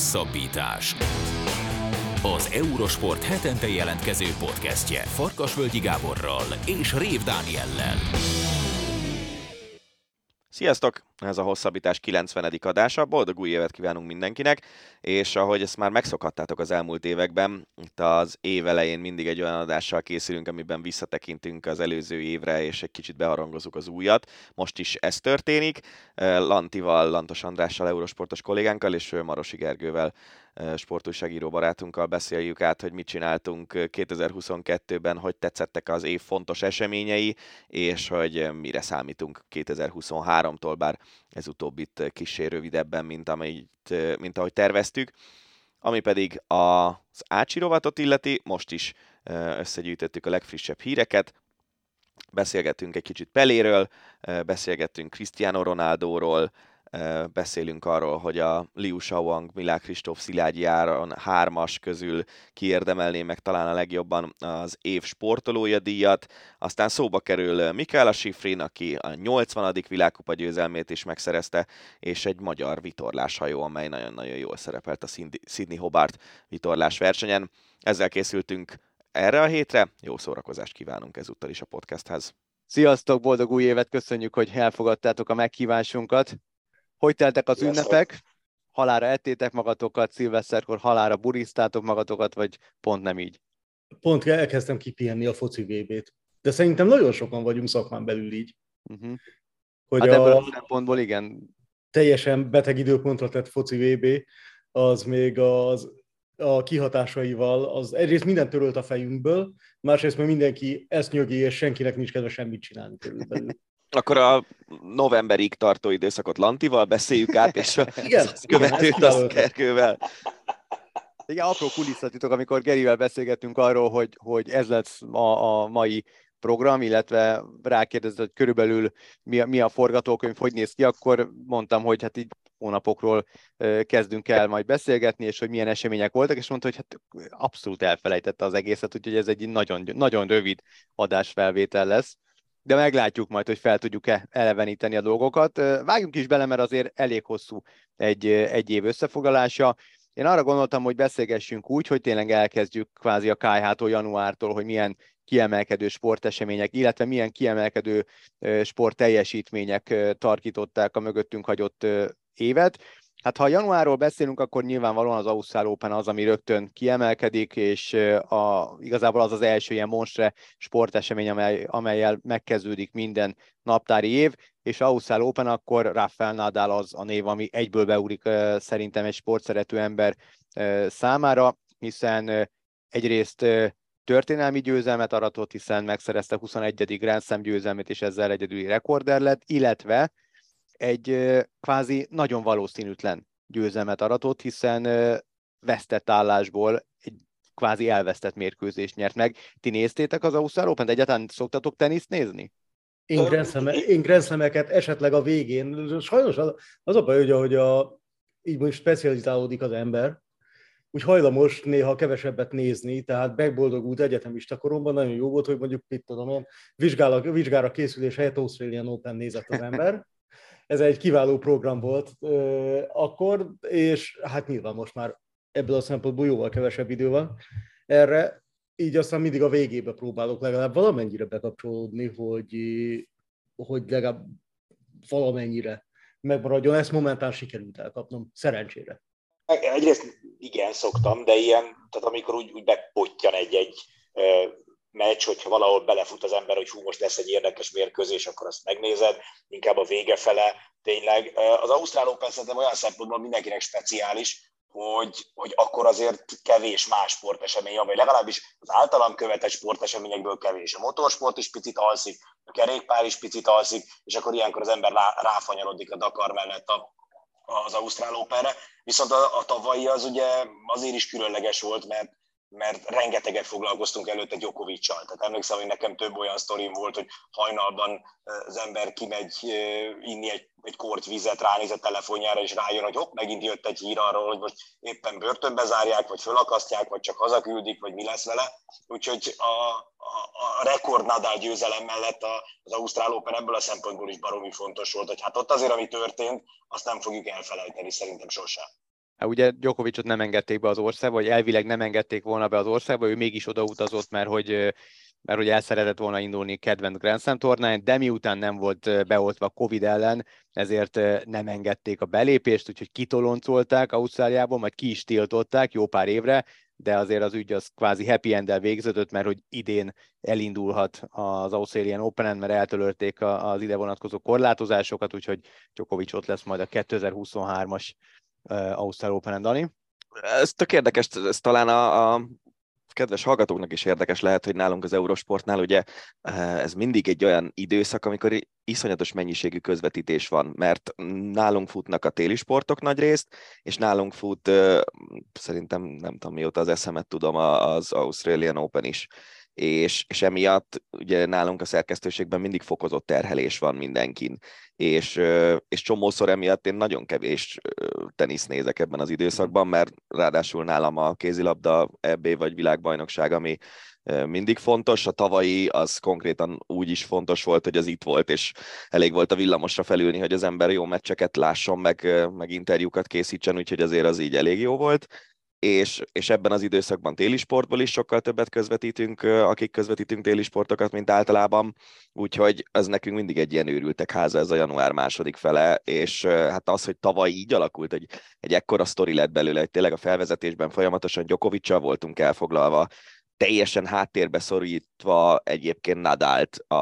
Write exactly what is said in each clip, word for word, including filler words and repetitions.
Hosszabbítás. Az Eurosport hetente jelentkező podcastje Farkasvölgyi Gáborral és Rév Dániellel. Sziasztok! Ez a Hosszabbítás kilencvenedik adása. Boldog új évet kívánunk mindenkinek, és ahogy ezt már megszokhattátok az elmúlt években, itt az év elején mindig egy olyan adással készülünk, amiben visszatekintünk az előző évre, és egy kicsit beharangozzuk az újat. Most is ez történik. Lantival, Lantos Andrással, Eurosportos kollégánkkal, és Marosi Gergővel, sportújságíró barátunkkal beszéljük át, hogy mit csináltunk kétezer-huszonkettőben, hogy tetszettek az év fontos eseményei, és hogy mire számítunk kétezer-huszonháromtól, bár ez utóbbit kissé rövidebben, mint, amit, mint ahogy terveztük. Ami pedig az Ácsi rovatot illeti, most is összegyűjtöttük a legfrissebb híreket, beszélgettünk egy kicsit Peléről, beszélgettünk Cristiano Ronaldóról, beszélünk arról, hogy a Liu Shaoang, Milák Kristóf, Szilágyi Áron hármas közül kiérdemelné meg talán a legjobban az év sportolója díjat. Aztán szóba kerül Mikaela Shiffrin, aki a nyolcvanadik világkupa győzelmét is megszerezte, és egy magyar vitorláshajó, amely nagyon-nagyon jól szerepelt a Sydney Hobart vitorlás versenyen. Ezzel készültünk erre a hétre, jó szórakozást kívánunk ezúttal is a podcasthez. Sziasztok, boldog új évet, köszönjük, hogy elfogadtátok a meghívásunkat. Hogy teltek az ünnepek? Halálra ettétek magatokat, szilveszterkor halálra buriztátok magatokat, vagy pont nem így? Pont elkezdtem kipihenni a foci vé bét. De szerintem nagyon sokan vagyunk szakmán belül így. Uh-huh. Hogy hát a ebből a szempontból igen. Teljesen beteg időpontra tett foci vé bé, az még az, a kihatásaival, az egyrészt mindent törölt a fejünkből, másrészt meg mindenki esznyögi, és senkinek nincs kedve semmit csinálni körülbelül. Akkor a novemberig tartó időszakot Lantival beszéljük át, és a igen, követőt igen, az Gergővel. Igen, apró kulisszatitok, amikor Gerivel beszélgettünk arról, hogy, hogy ez lesz a, a mai program, illetve rákérdezett, hogy körülbelül mi a, mi a forgatókönyv, hogy néz ki, akkor mondtam, hogy hát így hónapokról kezdünk el majd beszélgetni, és hogy milyen események voltak, és mondta, hogy hát abszolút elfelejtette az egészet, úgyhogy ez egy nagyon, nagyon rövid adásfelvétel lesz. De meglátjuk majd, hogy fel tudjuk-e eleveníteni a dolgokat. Vágjunk is bele, mert azért elég hosszú egy, egy év összefoglalása. Én arra gondoltam, hogy beszélgessünk úgy, hogy tényleg elkezdjük kvázi a ká há-tól, januártól, hogy milyen kiemelkedő sportesemények, illetve milyen kiemelkedő sportteljesítmények tarkították a mögöttünk hagyott évet. Hát ha januárról beszélünk, akkor nyilvánvalóan az Ausztrál Open az, ami rögtön kiemelkedik, és a, igazából az az első ilyen monstre sportesemény, amely, amelyel megkezdődik minden naptári év, és Ausztrál Open, akkor Rafael Nadal az a név, ami egyből beúrik uh, szerintem egy sportszerető ember uh, számára, hiszen uh, egyrészt uh, történelmi győzelmet aratott, hiszen megszerezte huszonegyedik Grand Slam győzelmét, és ezzel egyedüli rekorder lett, illetve egy kvázi nagyon valószínűtlen győzelmet aratott, hiszen vesztett állásból egy kvázi elvesztett mérkőzést nyert meg. Ti néztétek az Ausztrál Opent? Egyáltalán szoktatok teniszt nézni? Én Grand Slam-eket esetleg a végén. Sajnos az, az a baj, hogy ahogy a, így most specializálódik az ember, úgy hajlamos néha kevesebbet nézni, tehát megboldogult egyetemista koromban nagyon jó volt, hogy mondjuk, mit tudom én, vizsgára, vizsgára készülés helyett Australian Open nézett az ember. Ez egy kiváló program volt euh, akkor, és hát nyilván most már ebből a szempontból jóval kevesebb idő van erre, így aztán mindig a végébe próbálok legalább valamennyire bekapcsolódni, hogy, hogy legalább valamennyire megmaradjon. Ezt momentán sikerült elkapnom, szerencsére. Egyrészt igen, szoktam, de ilyen, tehát amikor úgy, úgy bepottyan egy-egy meccs, hogyha valahol belefut az ember, hogy hú, most lesz egy érdekes mérkőzés, akkor azt megnézed, inkább a vége fele tényleg. Az Ausztrál Open szerintem olyan szempontból mindenkinek speciális, hogy, hogy akkor azért kevés más sportesemény van, vagy legalábbis az általam követett sporteseményekből kevés. A motorsport is picit alszik, a kerékpár is picit alszik, és akkor ilyenkor az ember ráfanyarodik a Dakar mellett a, az Ausztrál Openre. Viszont a, a tavalyi az ugye azért is különleges volt, mert mert rengeteget foglalkoztunk előtte Djokoviccal. Tehát emlékszem, hogy nekem több olyan sztorim volt, hogy hajnalban az ember kimegy inni egy, egy kort vizet, ránéz a telefonjára, és rájön, hogy hopp, megint jött egy hír arról, hogy most éppen börtönbe zárják, vagy fölakasztják, vagy csak hazaküldik, vagy mi lesz vele. Úgyhogy a, a, a rekord Nadal győzelem mellett az Ausztrál Open ebből a szempontból is baromi fontos volt, hogy hát ott azért, ami történt, azt nem fogjuk elfelejteni szerintem sosem. Hát ugye Djokovicot nem engedték be az országba, vagy elvileg nem engedték volna be az országba, ő mégis odautazott, mert hogy, mert hogy el szeretett volna indulni kedvenc Grand Slam tornán, de miután nem volt beoltva Covid ellen, ezért nem engedték a belépést, úgyhogy kitoloncolták Ausztráliából, majd ki is tiltották jó pár évre, de azért az ügy az kvázi happy end-el végződött, mert hogy idén elindulhat az Australian Openen, mert eltörölték az ide vonatkozó korlátozásokat, úgyhogy Djokovic ott lesz majd a kétezer-huszonhármas Ausztrál Openen, Dani. Ez tök érdekes, ez talán a, a kedves hallgatóknak is érdekes lehet, hogy nálunk az Eurosportnál ugye ez mindig egy olyan időszak, amikor iszonyatos mennyiségű közvetítés van, mert nálunk futnak a téli sportok nagy részt, és nálunk fut szerintem nem tudom mióta az eszemet tudom az Australian Open is. És, és emiatt ugye nálunk a szerkesztőségben mindig fokozott terhelés van mindenkin, és, és csomószor emiatt én nagyon kevés tenisz nézek ebben az időszakban, mert ráadásul nálam a kézilabda é bé vagy világbajnokság, ami mindig fontos, a tavalyi az konkrétan úgy is fontos volt, hogy az itt volt, és elég volt a villamosra felülni, hogy az ember jó meccseket lásson, meg, meg interjúkat készítsen, úgyhogy azért az így elég jó volt. És, és ebben az időszakban téli sportból is sokkal többet közvetítünk, akik közvetítünk téli sportokat, mint általában, úgyhogy ez nekünk mindig egy ilyen őrültek háza, ez a január második fele, és hát az, hogy tavaly így alakult, hogy egy ekkora sztori lett belőle, hogy tényleg a felvezetésben folyamatosan Djokoviccal voltunk elfoglalva, teljesen háttérbe szorítva egyébként Nadalt, a,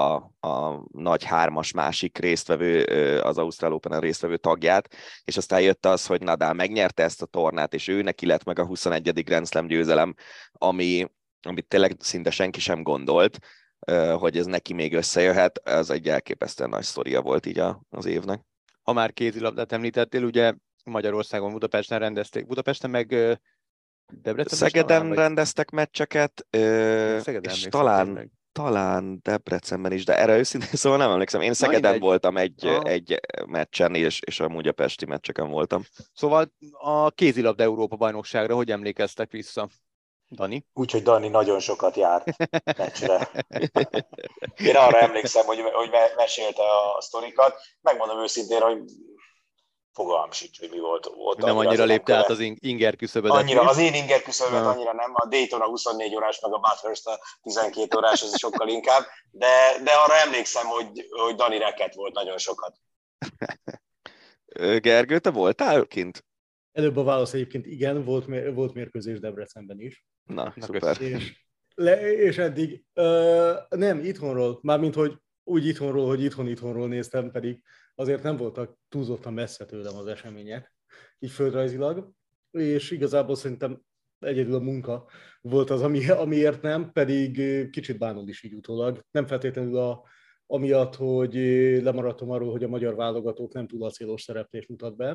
a nagy hármas másik résztvevő, az Ausztrál Openen résztvevő tagját, és aztán jött az, hogy Nadal megnyerte ezt a tornát, és ő neki lett meg a huszonegyedik Grand Slam győzelem, ami, amit tényleg szinte senki sem gondolt, hogy ez neki még összejöhet, ez egy elképesztően nagy sztoria volt így az évnek. Ha már kézilabdát említettél, ugye Magyarországon, Budapesten rendezték, Budapesten meg Debrecen Szegeden talán, rendeztek meccseket, Szegeden és talán, talán Debrecenben is, de erre őszintén szóval nem emlékszem. Én Szegeden Na, voltam egy, egy meccsen, és, és amúgy a pesti meccseken voltam. Szóval a kézilabda Európa bajnokságra hogy emlékeztek vissza, Dani? Úgyhogy Dani nagyon sokat járt meccsre. Én arra emlékszem, hogy, hogy mesélte a sztorikat. Megmondom őszintén, hogy fogalmam sincs, hogy mi volt. volt nem annyira lépte át az inger küszöbödet. Annyira, az én inger küszöböt annyira nem, a Daytona huszonnégy órás, meg a Bathurst a tizenkét órás, az sokkal inkább, de, de arra emlékszem, hogy, hogy Dani reket volt nagyon sokat. Gergő, te voltál kint? Előbb a válasz egyébként igen, volt, volt mérkőzés Debrecenben is. Na, Na szuper. És, le, és eddig uh, nem itthonról, mármint hogy úgy itthonról, hogy itthon-itthonról néztem, pedig azért nem voltak túlzottan messze tőlem az események, így földrajzilag, és igazából szerintem egyedül a munka volt az, ami, amiért nem, pedig kicsit bánom is így utólag. Nem feltétlenül a, amiatt, hogy lemaradtam arról, hogy a magyar válogatók nem túl acélos szereplést mutat be,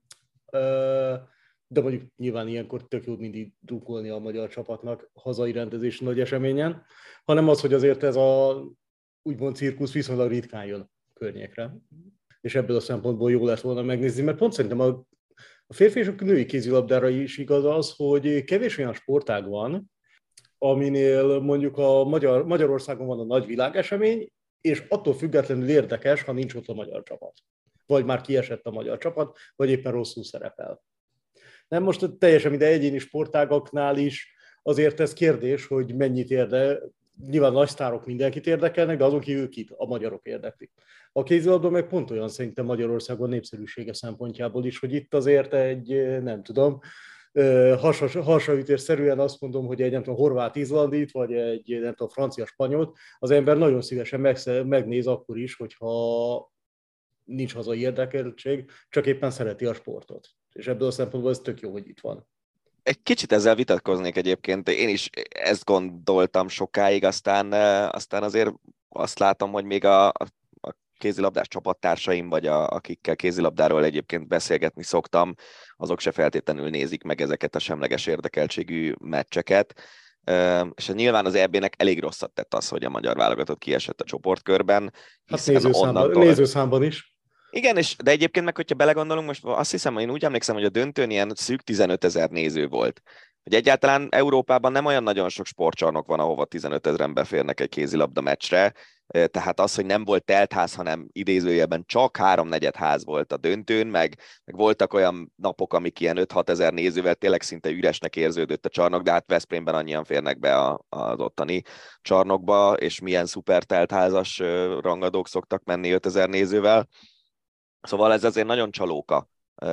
de mondjuk nyilván ilyenkor tök jó mindig drukkolni a magyar csapatnak hazai rendezési nagy eseményen, hanem az, hogy azért ez a úgymond cirkusz viszonylag ritkán jön környékre. És ebből a szempontból jó lett volna megnézni, mert pont szerintem a, a férfi és a női kézilabdára is igaz az, hogy kevés olyan sportág van, aminél mondjuk a Magyar, Magyarországon van a nagy világesemény, és attól függetlenül érdekes, ha nincs ott a magyar csapat. Vagy már kiesett a magyar csapat, vagy éppen rosszul szerepel. Nem, most teljesen ide egyéni sportágaknál is azért ez kérdés, hogy mennyit érdekel. Nyilván nagy sztárok mindenkit érdekelnek, de azon kívül kit, a magyarok érdeklik. A kézilabda meg pont olyan szerintem Magyarországon népszerűsége szempontjából is, hogy itt azért egy, nem tudom, hasonlítésszerűen azt mondom, hogy egy nem tudom, horvát-izlandit, vagy egy nem tudom, francia-spanyolt, az ember nagyon szívesen megnéz akkor is, hogyha nincs hazai érdekeltség, csak éppen szereti a sportot. És ebből a szempontból ez tök jó, hogy itt van. Egy kicsit ezzel vitatkoznék egyébként. Én is ezt gondoltam sokáig, aztán, aztán azért azt látom, hogy még a, a kézilabdás csapattársaim, vagy a, akikkel kézilabdáról egyébként beszélgetni szoktam, azok se feltétlenül nézik meg ezeket a semleges érdekeltségű meccseket. És nyilván az é bé-nek elég rosszat tett az, hogy a magyar válogatott kiesett a csoportkörben. Hát nézőszámban, onnantól... nézőszámban is. Igen, és, de egyébként meg, hogyha belegondolunk, most azt hiszem, hogy én úgy emlékszem, hogy a döntőn ilyen szűk tizenöt ezer néző volt. Hogy egyáltalán Európában nem olyan nagyon sok sportcsarnok van, ahova tizenöt ezeren beférnek egy kézilabda meccsre, tehát az, hogy nem volt teltház, hanem idézőjelben csak háromnegyed ház volt a döntőn, meg, meg voltak olyan napok, amik ilyen öt-hat ezer nézővel tényleg szinte üresnek érződött a csarnok, de hát Veszprémben annyian férnek be a, az ottani csarnokba, és milyen szuper teltházas rangadók szoktak menni ötezer nézővel. Szóval ez azért nagyon csalóka,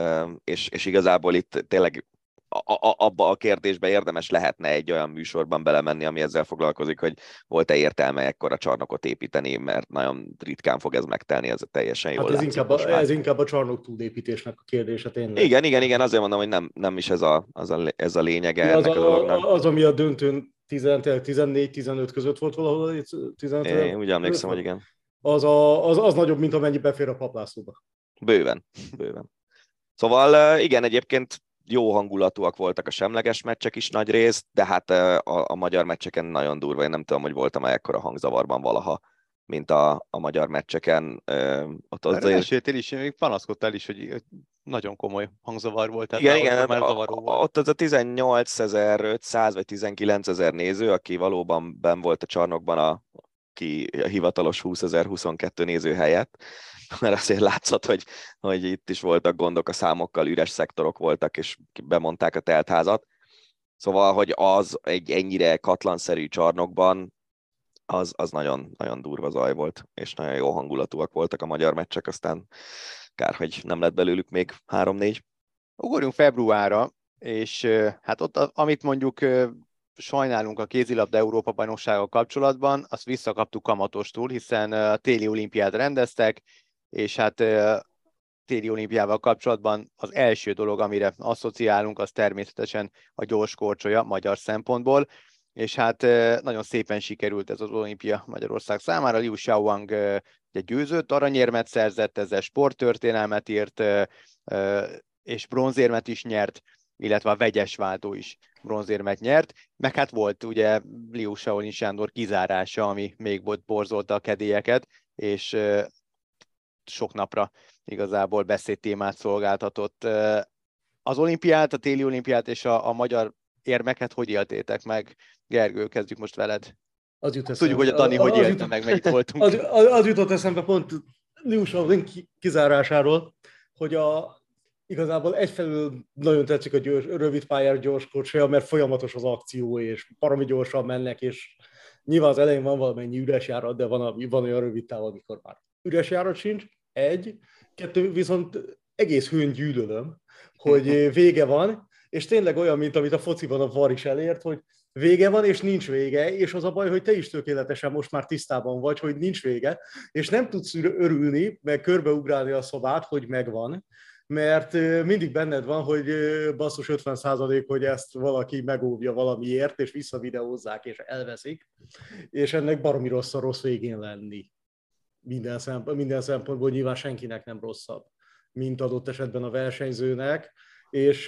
és, és igazából itt tényleg a, a, abba a kérdésbe érdemes lehetne egy olyan műsorban belemenni, ami ezzel foglalkozik, hogy volt-e értelme ekkora csarnokot építeni, mert nagyon ritkán fog ez megtelni, ez teljesen jól hát ez, inkább a, ez inkább a csarnok túlépítésnek a kérdése tényleg. Igen, igen, igen, azért mondom, hogy nem, nem is ez a, az a, ez a lényege az ennek a, a dolognak. Az, ami a döntőn tizennégy tizenöt között volt valahol? tizenöt, Én úgy emlékszem, hogy igen. Az, a, az, az nagyobb, mint amennyi befér a Paplászlóba. Bőven, bőven. Szóval igen, egyébként jó hangulatúak voltak a semleges meccsek is nagy részt, de hát a, a magyar meccseken nagyon durva. Én nem tudom, hogy voltam-e ekkora hangzavarban valaha, mint a, a magyar meccseken. Ott azért... Meséltél is, még panaszkodtál is, hogy nagyon komoly hangzavar volt. Tehát igen, igen, már a, volt. Ott az a tizennyolcezer-ötszáz vagy tizenkilencezer néző, aki valóban benn volt a csarnokban a, ki, a hivatalos húszezer-huszonkettő néző helyett, mert azért látszott, hogy, hogy itt is voltak gondok a számokkal, üres szektorok voltak, és bemondták a teltházat. Szóval, hogy az egy ennyire katlanszerű csarnokban, az, az nagyon, nagyon durva zaj volt, és nagyon jó hangulatúak voltak a magyar meccsek, aztán kár, hogy nem lett belőlük még három-négy. Ugorjunk februárra, és hát ott, amit mondjuk sajnálunk a kézilabda Európa-bajnoksággal kapcsolatban, azt visszakaptuk kamatostul, hiszen a téli olimpiát rendeztek, és hát téli olimpiával kapcsolatban az első dolog, amire asszociálunk, az természetesen a gyors korcsolya magyar szempontból, és hát nagyon szépen sikerült ez az olimpia Magyarország számára. Liu Shaoang ugye győzött, aranyérmet szerzett, ezzel sporttörténelmet írt, és bronzérmet is nyert, illetve a vegyes váltó is bronzérmet nyert, meg hát volt ugye Liu Shaolin Sándor kizárása, ami még volt borzolta a kedélyeket, és sok napra igazából beszédtémát szolgáltatott. Az olimpiát, a téli olimpiát és a, a magyar érmeket hogy éltétek meg? Gergő, kezdjük most veled. Az jut Tudjuk, hogy a Dani hogy élte meg, mert itt voltunk. Az, az, az jutott eszembe pont Liu Shaolin kizárásáról, hogy a, igazából egyfelől nagyon tetszik a gyors, rövid pályás gyors korcsolya, mert folyamatos az akció, és baromi gyorsan mennek, és nyilván az elején van valamennyi üres járat, de van, a, van olyan rövid táv, amikor már üres járat sincs. Egy, kettő, viszont egész hőn gyűlölöm, hogy vége van, és tényleg olyan, mint amit a fociban a VAR is elért, hogy vége van, és nincs vége, és az a baj, hogy te is tökéletesen most már tisztában vagy, hogy nincs vége, és nem tudsz örülni, meg körbeugrálni a szobát, hogy megvan, mert mindig benned van, hogy basszus ötven százalék, hogy ezt valaki megóvja valamiért, és visszavideózzák, és elveszik, és ennek baromi rossz a rossz végén lenni. Minden, szempont, minden szempontból nyilván senkinek nem rosszabb, mint adott esetben a versenyzőnek, és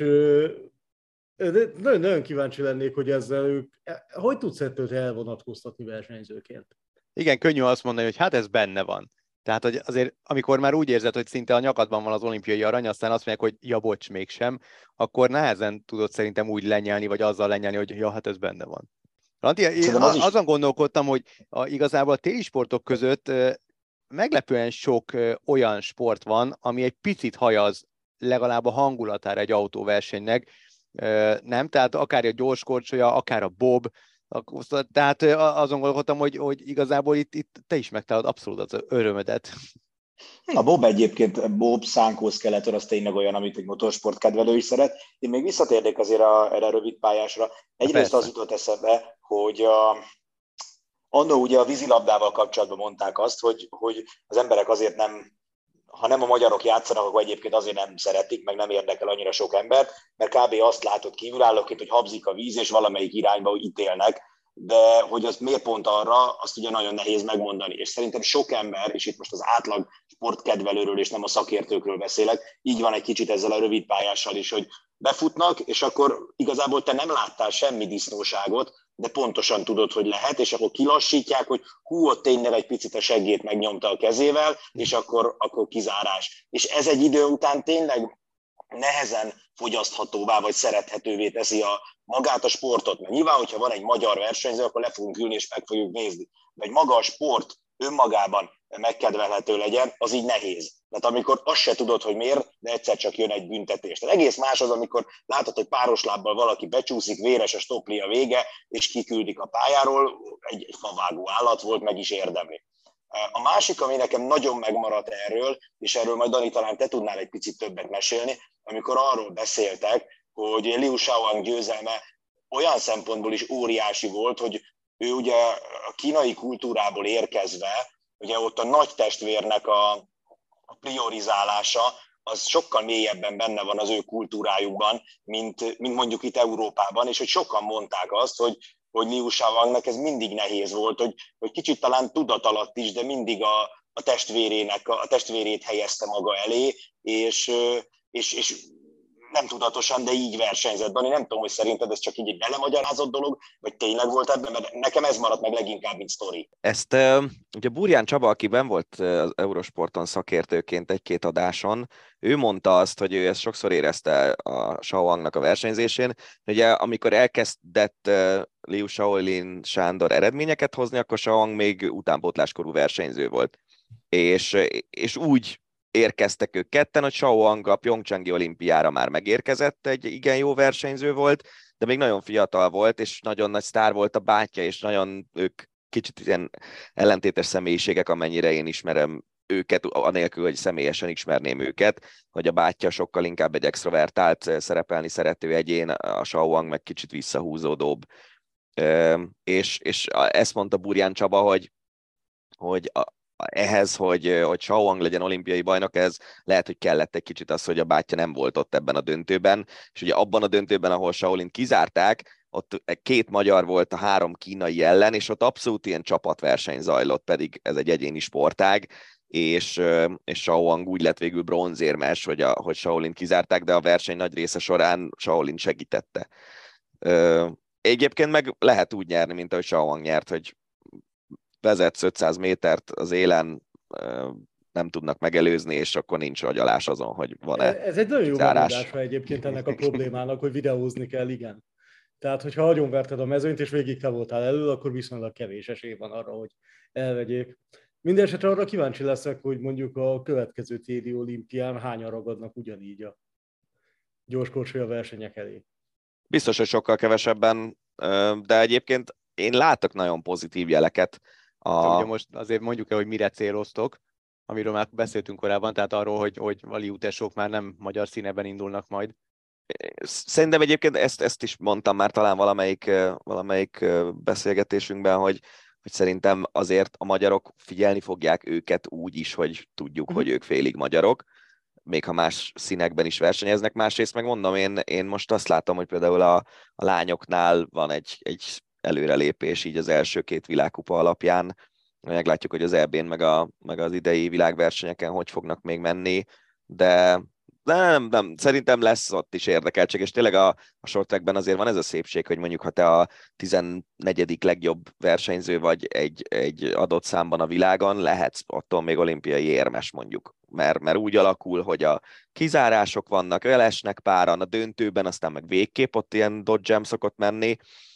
nagyon, nagyon kíváncsi lennék, hogy ezzel ők, hogy tudsz ettől elvonatkoztatni versenyzőként? Igen, könnyű azt mondani, hogy hát ez benne van. Tehát hogy azért, amikor már úgy érzed, hogy szinte a nyakadban van az olimpiai arany, aztán azt mondják, hogy ja, bocs, mégsem, akkor nehezen tudod szerintem úgy lenyelni, vagy azzal lenyelni, hogy ja, hát ez benne van. Lanti, én az is... azon gondolkodtam, hogy a, igazából a téli sportok között meglepően sok olyan sport van, ami egy picit hajaz legalább a hangulatára egy autóversenynek, nem? Tehát akár a gyorskorcsolya, akár a bob, tehát azon gondolkodtam, hogy, hogy igazából itt, itt te is megtalálod abszolút az örömödet. A bob egyébként, bob, szánkó, skeletor, az tényleg olyan, amit egy motorsport kedvelő is szeret. Én még visszatérnék azért a, erre a rövid pályásra. Egyrészt az jutott eszembe, hogy a, annó ugye a vízilabdával kapcsolatban mondták azt, hogy, hogy az emberek azért nem, ha nem a magyarok játszanak, akkor egyébként azért nem szeretik, meg nem érdekel annyira sok embert, mert kb. Azt látod kívülállóként, hogy habzik a víz, és valamelyik irányba ítélnek, de hogy az miért pont arra, azt ugye nagyon nehéz megmondani. És szerintem sok ember, és itt most az átlag sportkedvelőről és nem a szakértőkről beszélek, így van egy kicsit ezzel a rövid pályással is, hogy befutnak, és akkor igazából te nem láttál semmi disznóságot, de pontosan tudod, hogy lehet, és akkor kilassítják, hogy hú, ott tényleg egy picit a seggét megnyomta a kezével, és akkor, akkor kizárás. És ez egy idő után tényleg nehezen fogyaszthatóvá, vagy szerethetővé teszi a, magát a sportot. Mert nyilván, hogyha van egy magyar versenyző, akkor le fogunk ülni, és meg fogjuk nézni. Vagy maga a sport önmagában megkedvelhető legyen, az így nehéz. Tehát amikor azt se tudod, hogy miért, de egyszer csak jön egy büntetés. Tehát egész más az, amikor látod, hogy páros lábbal valaki becsúszik, véres a stopli a vége, és kiküldik a pályáról, egy, egy favágó állat volt, meg is érdemli. A másik, ami nekem nagyon megmaradt erről, és erről majd Dani talán te tudnál egy picit többet mesélni, amikor arról beszéltek, hogy Liu Shaoang győzelme olyan szempontból is óriási volt, hogy ő ugye a kínai kultúrából érkezve, ugye ott a nagy testvérnek a, a priorizálása, az sokkal mélyebben benne van az ő kultúrájukban, mint, mint mondjuk itt Európában, és hogy sokan mondták azt, hogy, hogy Liu Shaoangnak ez mindig nehéz volt, hogy, hogy kicsit talán tudat alatt is, de mindig a, a testvérének, a testvérét helyezte maga elé, és, és, és nem tudatosan, de így versenyzett. Dani, nem tudom, hogy szerinted ez csak így egy belemagyarázott dolog, vagy tényleg volt ebben, mert nekem ez maradt meg leginkább, mint sztori. Ezt ugye Burján Csaba, aki benn volt az Eurosporton szakértőként egy-két adáson, ő mondta azt, hogy ő ezt sokszor érezte a Shaoangnak a versenyzésén. Ugye amikor elkezdett Liu Shaolin Sándor eredményeket hozni, akkor Shaoang még utánpótláskorú versenyző volt. És, és úgy érkeztek ők ketten, hogy Shaoang a Pyeongchangi olimpiára már megérkezett, egy igen jó versenyző volt, de még nagyon fiatal volt, és nagyon nagy sztár volt a bátyja, és nagyon ők kicsit ilyen ellentétes személyiségek, amennyire én ismerem őket, anélkül, hogy személyesen ismerném őket, hogy a bátyja sokkal inkább egy extrovertált, szerepelni szerető egyén, a Shaoang meg kicsit visszahúzódóbb. És, és ezt mondta Burján Csaba, hogy, hogy a, ehhez, hogy, hogy Shaoang legyen olimpiai bajnok, ez lehet, hogy kellett egy kicsit az, hogy a bátyja nem volt ott ebben a döntőben, és ugye abban a döntőben, ahol Shaolint kizárták, ott két magyar volt a három kínai ellen, és ott abszolút ilyen csapatverseny zajlott, pedig ez egy egyéni sportág, és, és Shaoang úgy lett végül bronzérmes, hogy, a, hogy Shaolint kizárták, de a verseny nagy része során Shaolin segítette. Egyébként meg lehet úgy nyerni, mint ahogy Shaoang nyert, hogy vezetsz ötszáz métert az élen, nem tudnak megelőzni, és akkor nincs agyalás azon, hogy van-e Ez egy nagyon jó zárás. megoldása egyébként ennek a problémának, hogy videózni kell, igen. Tehát, hogyha agyonverted a mezőnyt, és végig te voltál elő, akkor viszonylag kevés esély van arra, hogy elvegyék. Mindenesetre arra kíváncsi leszek, hogy mondjuk a következő téli olimpián hányan ragadnak ugyanígy a gyorskorcsolya versenyek elé. Biztos, hogy sokkal kevesebben, de egyébként én látok nagyon pozitív jeleket. A... Ugye most azért mondjuk el, hogy mire céloztok, amiről már beszéltünk korábban, tehát arról, hogy, hogy a Liu tesók már nem magyar színeben indulnak majd. Szerintem egyébként ezt, ezt is mondtam már talán valamelyik, valamelyik beszélgetésünkben, hogy, hogy szerintem azért a magyarok figyelni fogják őket úgy is, hogy tudjuk, hogy ők félig magyarok, még ha más színekben is versenyeznek. Másrészt meg mondom, én, én most azt látom, hogy például a, a lányoknál van egy, egy előrelépés így az első két világkupa alapján. Meglátjuk, hogy az é bén meg, a, meg az idei világversenyeken hogy fognak még menni, de, de nem, nem, szerintem lesz ott is érdekeltség, és tényleg a, a short trackben azért van ez a szépség, hogy mondjuk ha te a tizennegyedik legjobb versenyző vagy egy, egy adott számban a világon, lehetsz attól még olimpiai érmes mondjuk. Mert, mert úgy alakul, hogy a kizárások vannak, elesnek páran, a döntőben aztán meg végképp ott ilyen dodge jam szokott menni,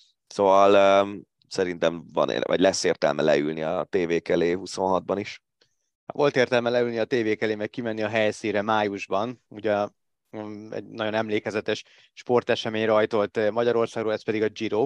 szóval um, szerintem van, vagy lesz értelme leülni a tévék elé huszonhatban is. Volt értelme leülni a tévék elé, meg kimenni a helyszínre májusban. Ugye egy nagyon emlékezetes sportesemény rajtolt Magyarországról, ez pedig a Giro.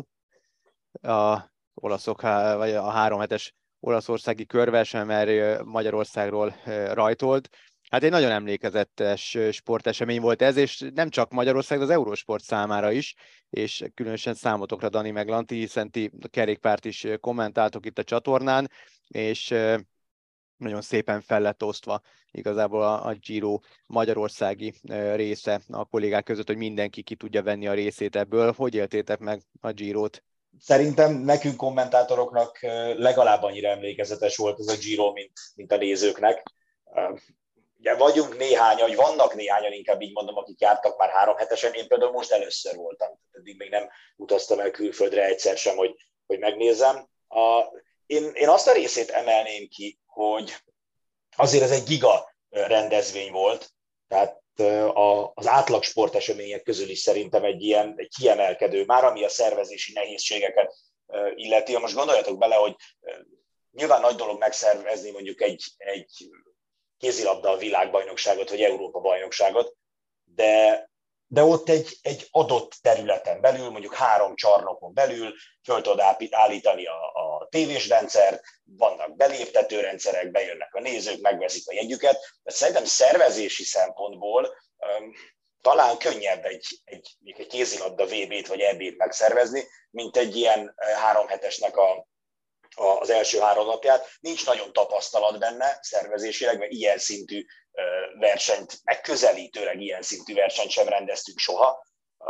A olaszok, vagy a három hetes olaszországi körverseny, mert Magyarországról rajtolt. Hát egy nagyon emlékezetes sportesemény volt ez, és nem csak Magyarország, de az Eurosport számára is, és különösen számotokra, Dani meg Lanti, hiszen ti a kerékpárt is kommentáltok itt a csatornán, és nagyon szépen fel lett osztva igazából a, a Giro magyarországi része a kollégák között, hogy mindenki ki tudja venni a részét ebből. Hogy éltétek meg a Girót? Szerintem nekünk kommentátoroknak legalább annyira emlékezetes volt ez a Giro, mint, mint a nézőknek. Ugye vagyunk néhányan, vagy vannak néhányan, inkább így mondom, akik jártak már három hetesen, én például most először voltam, eddig még nem utaztam el külföldre egyszer sem, hogy, hogy megnézzem. A, én, én azt a részét emelném ki, hogy azért ez egy giga rendezvény volt, tehát az átlag sportesemények közül is szerintem egy ilyen egy kiemelkedő, már ami a szervezési nehézségeket illeti. Most gondoljatok bele, hogy nyilván nagy dolog megszervezni mondjuk egy, egy kézilabda világbajnokságot, vagy Európa-bajnokságot, de, de ott egy, egy adott területen belül, mondjuk három csarnokon belül föl tudod állítani a, a tévés rendszert, vannak beléptető rendszerek, bejönnek a nézők, megveszik a jegyüket, de szerintem szervezési szempontból um, talán könnyebb egy, egy, egy kézilabda vé bét vagy é bét megszervezni, mint egy ilyen három hetesnek a az első három napját. Nincs nagyon tapasztalat benne szervezésileg, mert ilyen szintű versenyt, megközelítőleg ilyen szintű versenyt sem rendeztünk soha.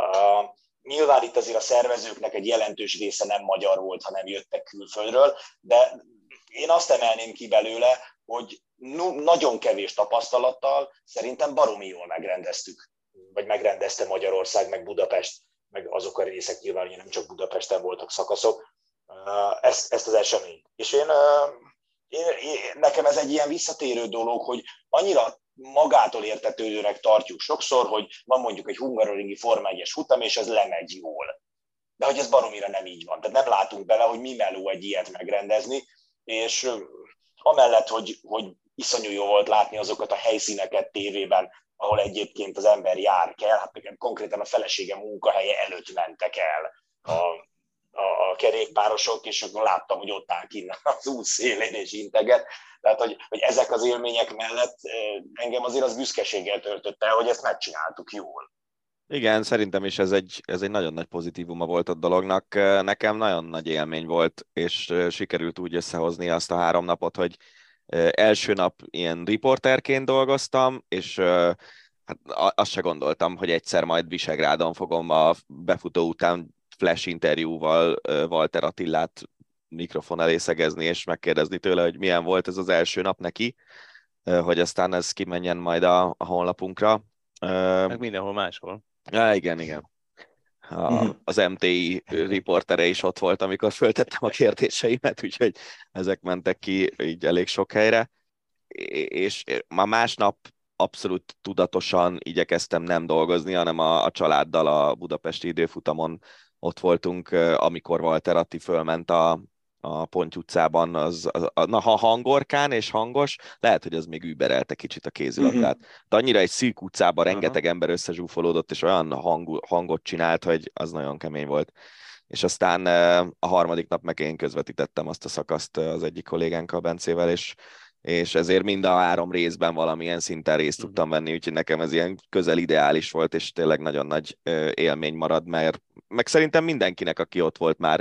Nyilván itt azért a szervezőknek egy jelentős része nem magyar volt, hanem jöttek külföldről, de én azt emelném ki belőle, hogy nagyon kevés tapasztalattal szerintem baromi jól megrendeztük, vagy megrendezte Magyarország, meg Budapest, meg azok a részek nyilván, hogy nem csak Budapesten voltak szakaszok, Ezt, ezt az eseményt. És én, én, én, nekem ez egy ilyen visszatérő dolog, hogy annyira magától értetődőnek tartjuk sokszor, hogy van mondjuk egy hungaroringi Forma egyes futam, és ez lemegy jól. De hogy ez baromira nem így van. Tehát nem látunk bele, hogy mi meló egy ilyet megrendezni, és amellett, hogy, hogy iszonyú jó volt látni azokat a helyszíneket tévében, ahol egyébként az ember jár kell, hát nekem konkrétan a feleségem munkahelye előtt mentek el a a kerékpárosok, és akkor láttam, hogy ott áll kinn az út szélén és integet. Tehát, hogy, hogy ezek az élmények mellett engem azért az büszkeséggel töltött el, hogy ezt megcsináltuk jól. Igen, szerintem is ez egy, ez egy nagyon nagy pozitívuma volt a dolognak. Nekem nagyon nagy élmény volt, és sikerült úgy összehozni azt a három napot, hogy első nap ilyen riporterként dolgoztam, és hát azt se gondoltam, hogy egyszer majd Visegrádon fogom a befutó után flash interjúval Walter Attilát mikrofon elé szegezni, és megkérdezni tőle, hogy milyen volt ez az első nap neki, hogy aztán ez kimenjen majd a, a honlapunkra. Meg mindenhol máshol. Ja, igen, igen. A, az em té i riportere is ott volt, amikor föltettem a kérdéseimet, úgyhogy ezek mentek ki így elég sok helyre. És már másnap abszolút tudatosan igyekeztem nem dolgozni, hanem a, a családdal a budapesti időfutamon ott voltunk, amikor Walter Atti fölment a, a Ponty utcában, az, az, a, na, ha hangorkán és hangos, lehet, hogy az még überelte kicsit a kézilabdát. Uh-huh. De annyira egy szűk utcában rengeteg uh-huh. ember összezsúfolódott, és olyan hang, hangot csinált, hogy az nagyon kemény volt. És aztán a harmadik nap meg én közvetítettem azt a szakaszt az egyik kollégánkkal, Bencével, és és ezért mind a három részben valamilyen szinten részt tudtam venni, úgyhogy nekem ez ilyen közel ideális volt, és tényleg nagyon nagy élmény marad, mert meg szerintem mindenkinek, aki ott volt már,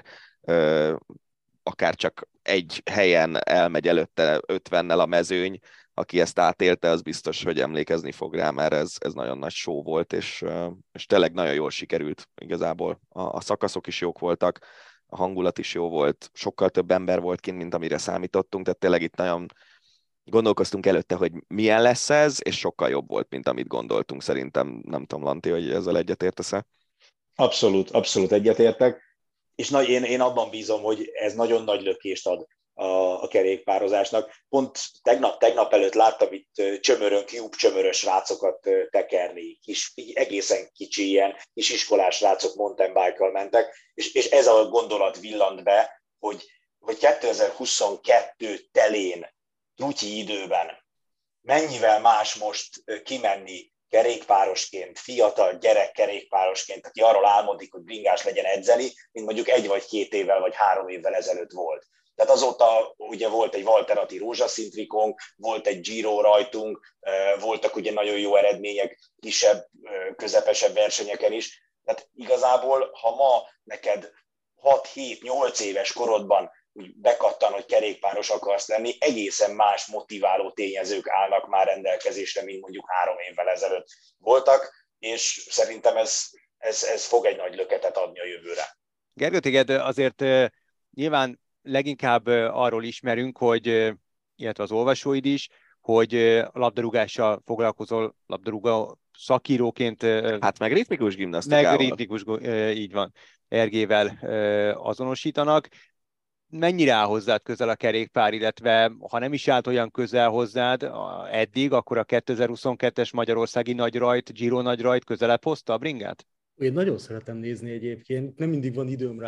akár csak egy helyen elmegy előtte ötvennel a mezőny, aki ezt átélte, az biztos, hogy emlékezni fog rá, mert ez, ez nagyon nagy show volt, és, és tényleg nagyon jól sikerült igazából. A, a szakaszok is jók voltak, a hangulat is jó volt, sokkal több ember volt kint, mint amire számítottunk, tehát tényleg itt nagyon gondolkoztunk előtte, hogy milyen lesz ez, és sokkal jobb volt, mint amit gondoltunk. Szerintem, nem tudom, Lanti, hogy ezzel egyetértesz-e? Abszolút, abszolút egyetértek. És nagy, én, én abban bízom, hogy ez nagyon nagy lökést ad a, a kerékpározásnak. Pont tegnap, tegnap előtt láttam itt csömörön, kiúb csömörös rácokat tekerni. Kis, egészen kicsi ilyen kisiskolás rácok mountain bike-kal mentek, és, és ez a gondolat villant be, hogy, hogy kétezer-huszonkettő telén trutyi időben mennyivel más most kimenni kerékpárosként, fiatal gyerek kerékpárosként, aki arról álmodik, hogy bringás legyen edzeni, mint mondjuk egy vagy két évvel, vagy három évvel ezelőtt volt. Tehát azóta ugye volt egy Walter Atti rózsaszín trikónk, volt egy Giro rajtunk, voltak ugye nagyon jó eredmények, kisebb, közepesebb versenyeken is. Tehát igazából, ha ma neked hat-hét-nyolc éves korodban úgy bekattan, hogy kerékpáros akarsz lenni, egészen más motiváló tényezők állnak már rendelkezésre, mint mondjuk három évvel ezelőtt voltak, és szerintem ez, ez, ez fog egy nagy löketet adni a jövőre. Gergő, téged azért nyilván leginkább arról ismerünk, hogy, illetve az olvasóid is, hogy labdarúgással foglalkozol, labdarúgó szakíróként. Hát meg ritmikus gimnasztikával. Meg ritmikus, így van, ergével azonosítanak. Mennyire áll hozzád közel a kerékpár, illetve ha nem is állt olyan közel hozzád eddig, akkor a kétezer-huszonkettes magyarországi nagyrajt, Giro nagyrajt közelebb hozta a bringát? Én nagyon szeretem nézni egyébként, nem mindig van időm rá,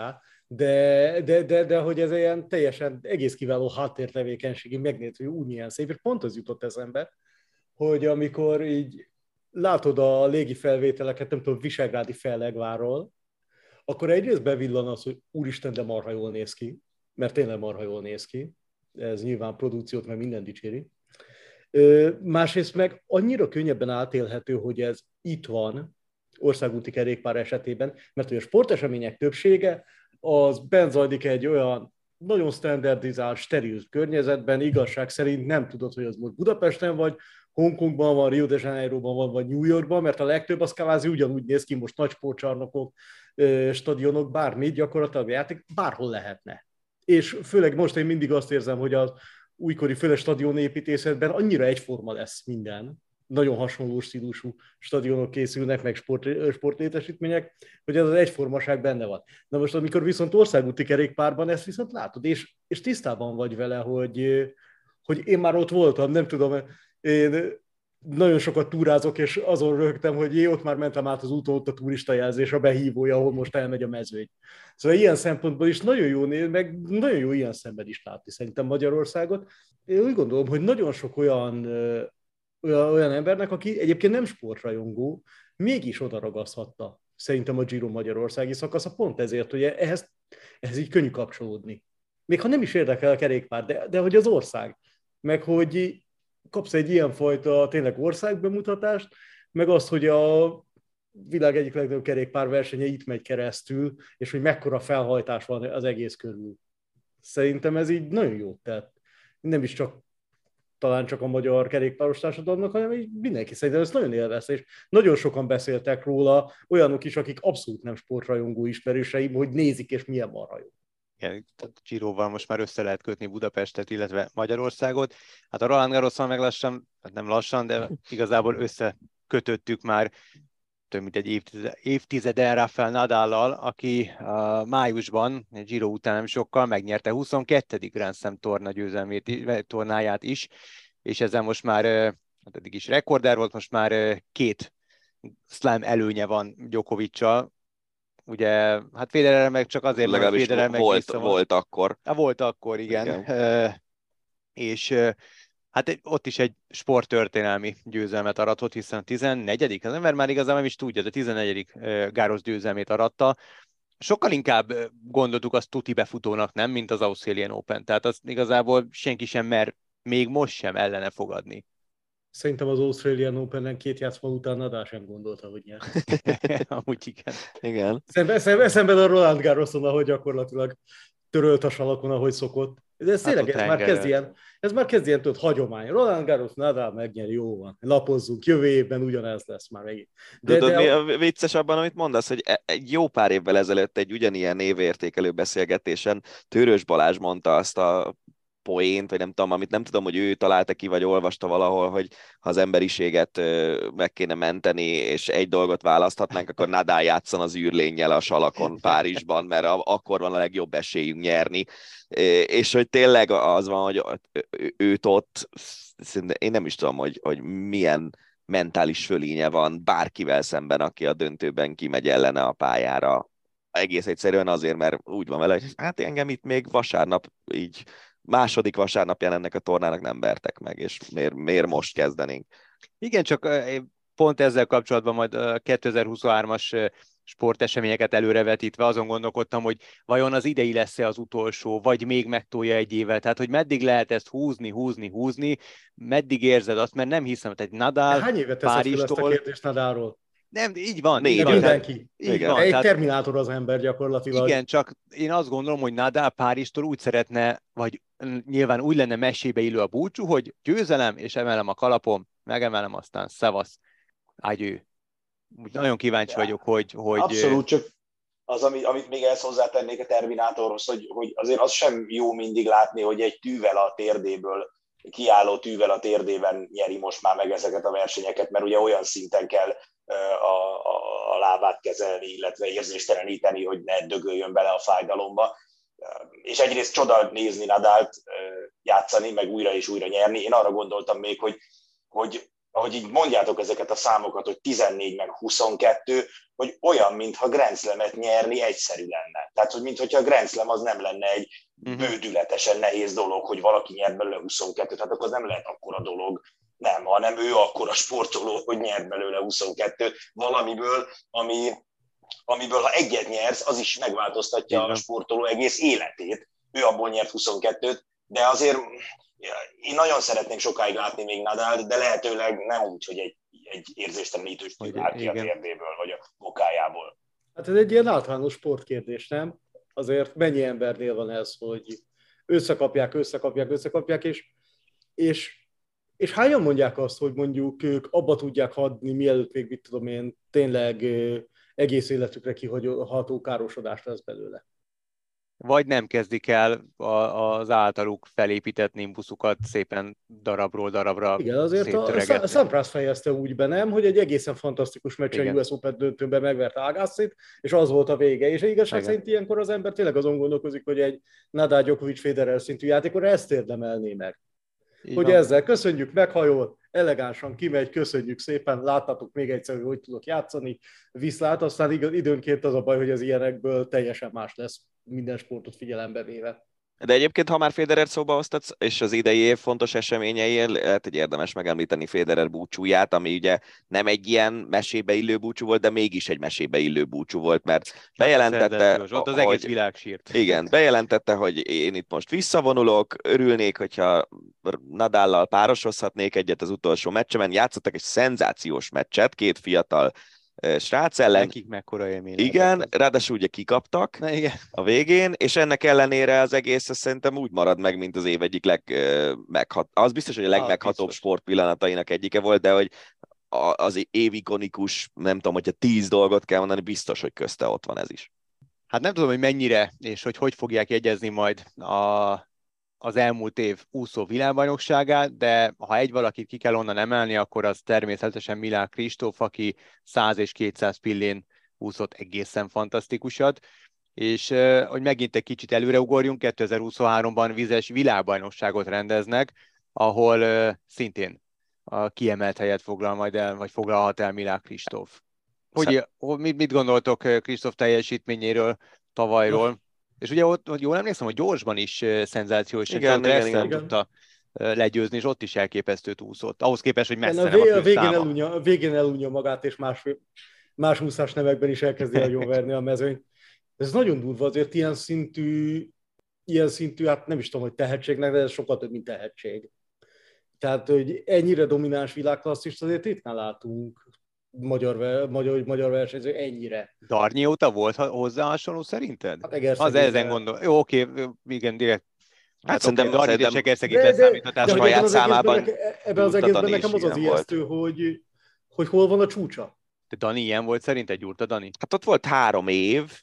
De, de, de, de hogy ez ilyen teljesen egész kiváló háttértevékenység, megnézve, hogy úgy milyen szép, és pont az jutott eszembe, hogy amikor így látod a légi felvételeket, nem tudom, Visegrádi Fellegvárról, akkor egyrészt bevillan az, hogy úristen, de marha jól néz ki, mert tényleg marha jól néz ki, ez nyilván produkciót, meg minden dicséri. Másrészt meg annyira könnyebben átélhető, hogy ez itt van, országúti kerékpár esetében, mert hogy a sportesemények többsége az benn zajlik egy olyan nagyon standardizált, steril környezetben, igazság szerint nem tudod, hogy az most Budapesten vagy, Hongkongban van, Rio de Janeiroban van, vagy New Yorkban, mert a legtöbb az kvázi ugyanúgy néz ki, most nagy sportcsarnokok, stadionok, bármi, gyakorlatilag játék, bárhol lehetne. És főleg most én mindig azt érzem, hogy az újkori főleg stadionépítészetben annyira egyforma lesz minden, nagyon hasonló stílusú stadionok készülnek, meg sport, sportlétesítmények, hogy ez az egyformaság benne van. Na most, amikor viszont országúti kerékpárban ezt viszont látod, és, és tisztában vagy vele, hogy, hogy én már ott voltam, nem tudom, én nagyon sokat túrázok, és azon röhögtem, hogy jé, ott már mentem át az úton, ott a turistajelzés, a behívója, ahol most elmegy a mezőny. Szóval ilyen szempontból is nagyon jó néz, meg nagyon jó ilyen szemben is látni szerintem Magyarországot. Én úgy gondolom, hogy nagyon sok olyan, olyan, olyan embernek, aki egyébként nem sportrajongó, mégis oda ragaszhatta szerintem a Giro magyarországi szakasza, pont ezért, hogy ehhez, ehhez így könnyű kapcsolódni. Még ha nem is érdekel a kerékpár, de, de hogy az ország, meg hogy kapsz egy ilyenfajta tényleg országbemutatást, meg azt, hogy a világ egyik legnagyobb kerékpárversenye itt megy keresztül, és hogy mekkora felhajtás van az egész körül. Szerintem ez így nagyon jót tett. Nem is csak talán csak a magyar kerékpáros társadalomnak, hanem így mindenki szerintem ezt nagyon élvezte, és nagyon sokan beszéltek róla, olyanok is, akik abszolút nem sportrajongó ismerőseim, hogy nézik, és milyen marha jó. Igen, Giroval most már össze lehet kötni Budapestet, illetve Magyarországot. Hát a Roland Garrosszal meg lassan, hát nem lassan, de igazából összekötöttük már több mint egy évtized, évtizeden Rafael Nadállal, aki uh, májusban, Giro után nem sokkal megnyerte huszonkettedik Grand Slam torna győzelmét, tornáját is, és ezzel most már, hát eddig is rekorder volt, most már két slam előnye van Djokoviccal. Ugye, hát Federer meg csak azért, mert Federer meg volt, volt akkor. Hát volt akkor, igen. igen. Uh, és uh, hát ott is egy sporttörténelmi győzelmet aratott, hiszen a tizennegyedik az ember már igazán nem is tudja, de tizennegyedik uh, Garros győzelmét aratta. Sokkal inkább gondoltuk azt tuti befutónak, nem, mint az Australian Open. Tehát azt igazából senki sem mer még most sem ellene fogadni. Szerintem az Australian Open-en két játszma után Nadal sem gondolta, hogy nyer. Amúgy igen. igen. Szemben, szemben, szemben a Roland Garroson, ahogy gyakorlatilag törölt a salakon, ahogy szokott. De ez hát tényleg, ez már, kezd ilyen, ez már kezd ilyen, tudod, hagyomány. Roland Garros, Nadal megnyeri, jó van. Lapozzunk, jövő évben ugyanez lesz már megint. De, Tudod, de mi a vicces abban, amit mondasz, hogy egy jó pár évvel ezelőtt egy ugyanilyen évértékelő beszélgetésen Tőrös Balázs mondta azt a poént, vagy nem tudom, amit nem tudom, hogy ő találta ki, vagy olvasta valahol, hogy ha az emberiséget meg kéne menteni, és egy dolgot választhatnánk, akkor Nadal játszon az űrlénnyel a salakon Párizsban, mert akkor van a legjobb esélyünk nyerni. És hogy tényleg az van, hogy őt ott, én nem is tudom, hogy, hogy milyen mentális fölénye van bárkivel szemben, aki a döntőben kimegy ellene a pályára. Egész egyszerűen azért, mert úgy van vele, hogy hát engem itt még vasárnap így második vasárnapján ennek a tornának nem vertek meg, és miért, miért most kezdenénk? Igen, csak pont ezzel kapcsolatban majd a kétezer-huszonhármas sporteseményeket előrevetítve azon gondolkodtam, hogy vajon az idei lesz-e az utolsó, vagy még megtolja egy évvel. Tehát, hogy meddig lehet ezt húzni, húzni, húzni, meddig érzed azt, mert nem hiszem, hogy egy Nadal, hány évet teszed fel ezt a kérdést Nadalról? Nem, így van. Így van. Mindenki. Így van, egy tehát, terminátor az ember gyakorlatilag. Igen, csak én azt gondolom, hogy Nadal Párizstól úgy szeretne, vagy nyilván úgy lenne mesébe illő a búcsú, hogy győzelem, és emelem a kalapom, megemelem, aztán szevasz, ágyő. Úgy nagyon kíváncsi ja. vagyok, hogy... hogy Abszolút, csak az, amit, amit még ezt hozzátennék a Terminátorhoz, hogy, hogy azért az sem jó mindig látni, hogy egy tűvel a térdéből, kiálló tűvel a térdében nyeri most már meg ezeket a versenyeket, mert ugye olyan szinten kell a, a, a lábát kezelni, illetve érzésteleníteni, hogy ne dögöljön bele a fájdalomba. És egyrészt csoda nézni Nadalt játszani, meg újra és újra nyerni. Én arra gondoltam még, hogy, hogy ahogy így mondjátok ezeket a számokat, hogy tizennégy meg huszonkettő, hogy olyan, mintha Grand Slamet nyerni egyszerű lenne. Tehát, hogy mintha a Grand Slam az nem lenne egy bődületesen nehéz dolog, hogy valaki nyert belőle huszonkettőt, tehát akkor az nem lehet akkora dolog. Nem, hanem ő akkora sportoló, hogy nyert belőle huszonkettőt valamiből, ami, amiből ha egyet nyersz, az is megváltoztatja a sportoló egész életét. Ő abból nyert huszonkettőt, de azért én nagyon szeretném sokáig látni még Nadalt, de lehetőleg nem úgy, hogy egy, egy érzéstelenítős vág ki a térdéből, vagy a bokájából. Hát ez egy ilyen általános sportkérdés, nem? Azért mennyi embernél van ez, hogy összekapják, összekapják, összekapják, és, és, és hányan mondják azt, hogy mondjuk ők abba tudják hagyni, mielőtt még, mit tudom én, tényleg egész életükre kihagyható károsodás lesz belőle. Vagy nem kezdik el az általuk felépített nimbuszukat szépen darabról darabra. Igen, azért a Sampras fejezte úgy be, nem, hogy egy egészen fantasztikus meccsen U S Open döntőben megverte Agassit, és az volt a vége. És igazság Igen. szerint ilyenkor az ember tényleg azon gondolkozik, hogy egy Nadal Djokovic Federer szintű játékor ezt érdemelné meg. Így hogy van. Ezzel köszönjük, meghajol, elegánsan kimegy, köszönjük szépen, láttatok még egyszer, hogy hogy tudok játszani, viszlát, aztán időnként az a baj, hogy az ilyenekből teljesen más lesz, minden sportot figyelembe véve. De egyébként, ha már Federer szóba hoztatsz, és az idei év fontos eseményei, lehet, hogy érdemes megemlíteni Federer búcsúját, ami ugye nem egy ilyen mesébe illő búcsú volt, de mégis egy mesébe illő búcsú volt, mert bejelentette, ott az egész világ sírt. Igen, bejelentette, hogy én itt most visszavonulok, örülnék, hogyha Nadállal párosozhatnék egyet az utolsó meccsemen. Játszottak egy szenzációs meccset, két fiatal srác ellen. Nekik mekkora élmény. Igen, ráadásul ugye kikaptak Na, igen. a végén, és ennek ellenére az egész szerintem úgy marad meg, mint az év egyik legmeghat... Az biztos, hogy a legmeghatóbb sportpillanatainak egyike volt, de hogy az év ikonikus, nem tudom, hogyha tíz dolgot kell mondani, biztos, hogy közte ott van ez is. Hát nem tudom, hogy mennyire, és hogy hogy fogják jegyezni majd a, az elmúlt év úszó világbajnokságát, de ha egy valakit ki kell onnan emelni, akkor az természetesen Milák Kristóf, aki száz és kétszáz pillén úszott egészen fantasztikusat, és hogy megint egy kicsit előreugorjunk, kétezer-huszonháromban vizes világbajnokságot rendeznek, ahol szintén a kiemelt helyet foglal majd el, vagy foglalhat el Milák Kristóf. Hogy, mit, mit gondoltok Kristóf teljesítményéről tavalyról? No. És ugye ott, jól emlékszem, hogy gyorsban is szenzációs, igen, igen, igen. tudta legyőzni, és ott is elképesztőt úszott. Ahhoz képest, hogy messze a nem a végén elunja, a végén elunja magát, és más, más úszás nevekben is elkezdi nagyon verni a mezőnyt. Ez nagyon durva, azért ilyen szintű, ilyen szintű, hát nem is tudom, hogy tehetségnek, de ez sokkal több, mint tehetség. Tehát, hogy ennyire domináns világklasszist azért ritkán látunk magyar, magyar, magyar versenyző ennyire. Darnyi óta volt hozzá hasonló szerinted? Hát az ezen gondol. Jó, oké, igen, direkt. Hát, hát szerintem Darnyi és Egerszegit leszámíthatás saját számában. Ebben az egészben nekem az az ijesztő, hogy, hogy hol van a csúcsa. De Dani ilyen volt szerinted, Gyurta Dani? Hát ott volt három év,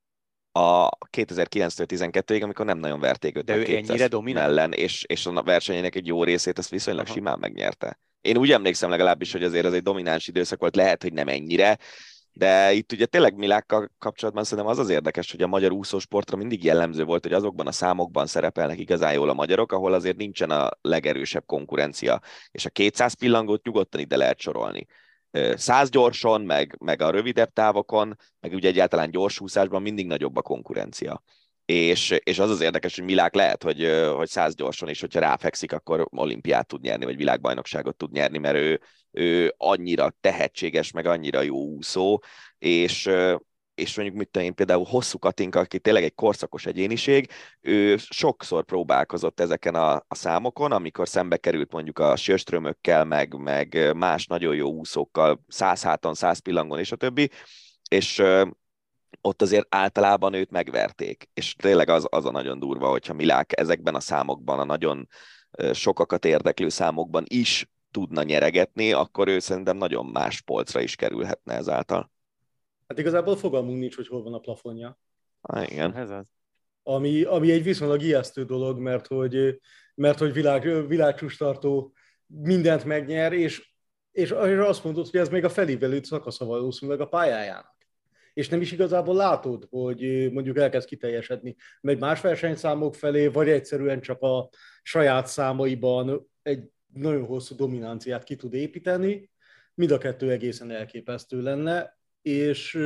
a kétezer-kilenctől tizenkettőig, amikor nem nagyon verték őt a kétszáz ellen, és, és a versenyének egy jó részét ezt viszonylag Aha. simán megnyerte. Én úgy emlékszem legalábbis, hogy azért ez egy domináns időszak volt, lehet, hogy nem ennyire, de itt ugye tényleg Milákkal kapcsolatban szerintem az az érdekes, hogy a magyar úszósportra mindig jellemző volt, hogy azokban a számokban szerepelnek igazán jól a magyarok, ahol azért nincsen a legerősebb konkurencia, és a kétszáz pillangót nyugodtan ide lehet sorolni. száz gyorson, meg, meg a rövidebb távokon, meg ugye egyáltalán gyorsúszásban mindig nagyobb a konkurencia. És, és az az érdekes, hogy Milák lehet, hogy, hogy száz gyorson is, hogyha ráfekszik, akkor olimpiát tud nyerni, vagy világbajnokságot tud nyerni, mert ő, ő annyira tehetséges, meg annyira jó úszó, és, és mondjuk mit tudom én, például Hosszú Katinka, aki tényleg egy korszakos egyéniség, ő sokszor próbálkozott ezeken a, a számokon, amikor szembe került mondjuk a Sjöströmökkel, meg, meg más nagyon jó úszókkal, száz háton, száz pillangon és a többi, és ott azért általában őt megverték. És tényleg az, az a nagyon durva, hogyha Milák ezekben a számokban, a nagyon sokakat érdeklő számokban is tudna nyeregetni, akkor ő szerintem nagyon más polcra is kerülhetne ezáltal. Hát igazából fogalmunk nincs, hogy hol van a plafonja. Ah, igen. Ez az. Ami, ami egy viszonylag ijesztő dolog, mert hogy, mert hogy világ, világcsúcstartó mindent megnyer, és, és azt mondod, hogy ez még a felévelőtt szakasza valószínűleg a pályájának. És nem is igazából látod, hogy mondjuk elkezd kiteljesedni meg más versenyszámok felé, vagy egyszerűen csak a saját számaiban egy nagyon hosszú dominanciát ki tud építeni, mind a kettő egészen elképesztő lenne, és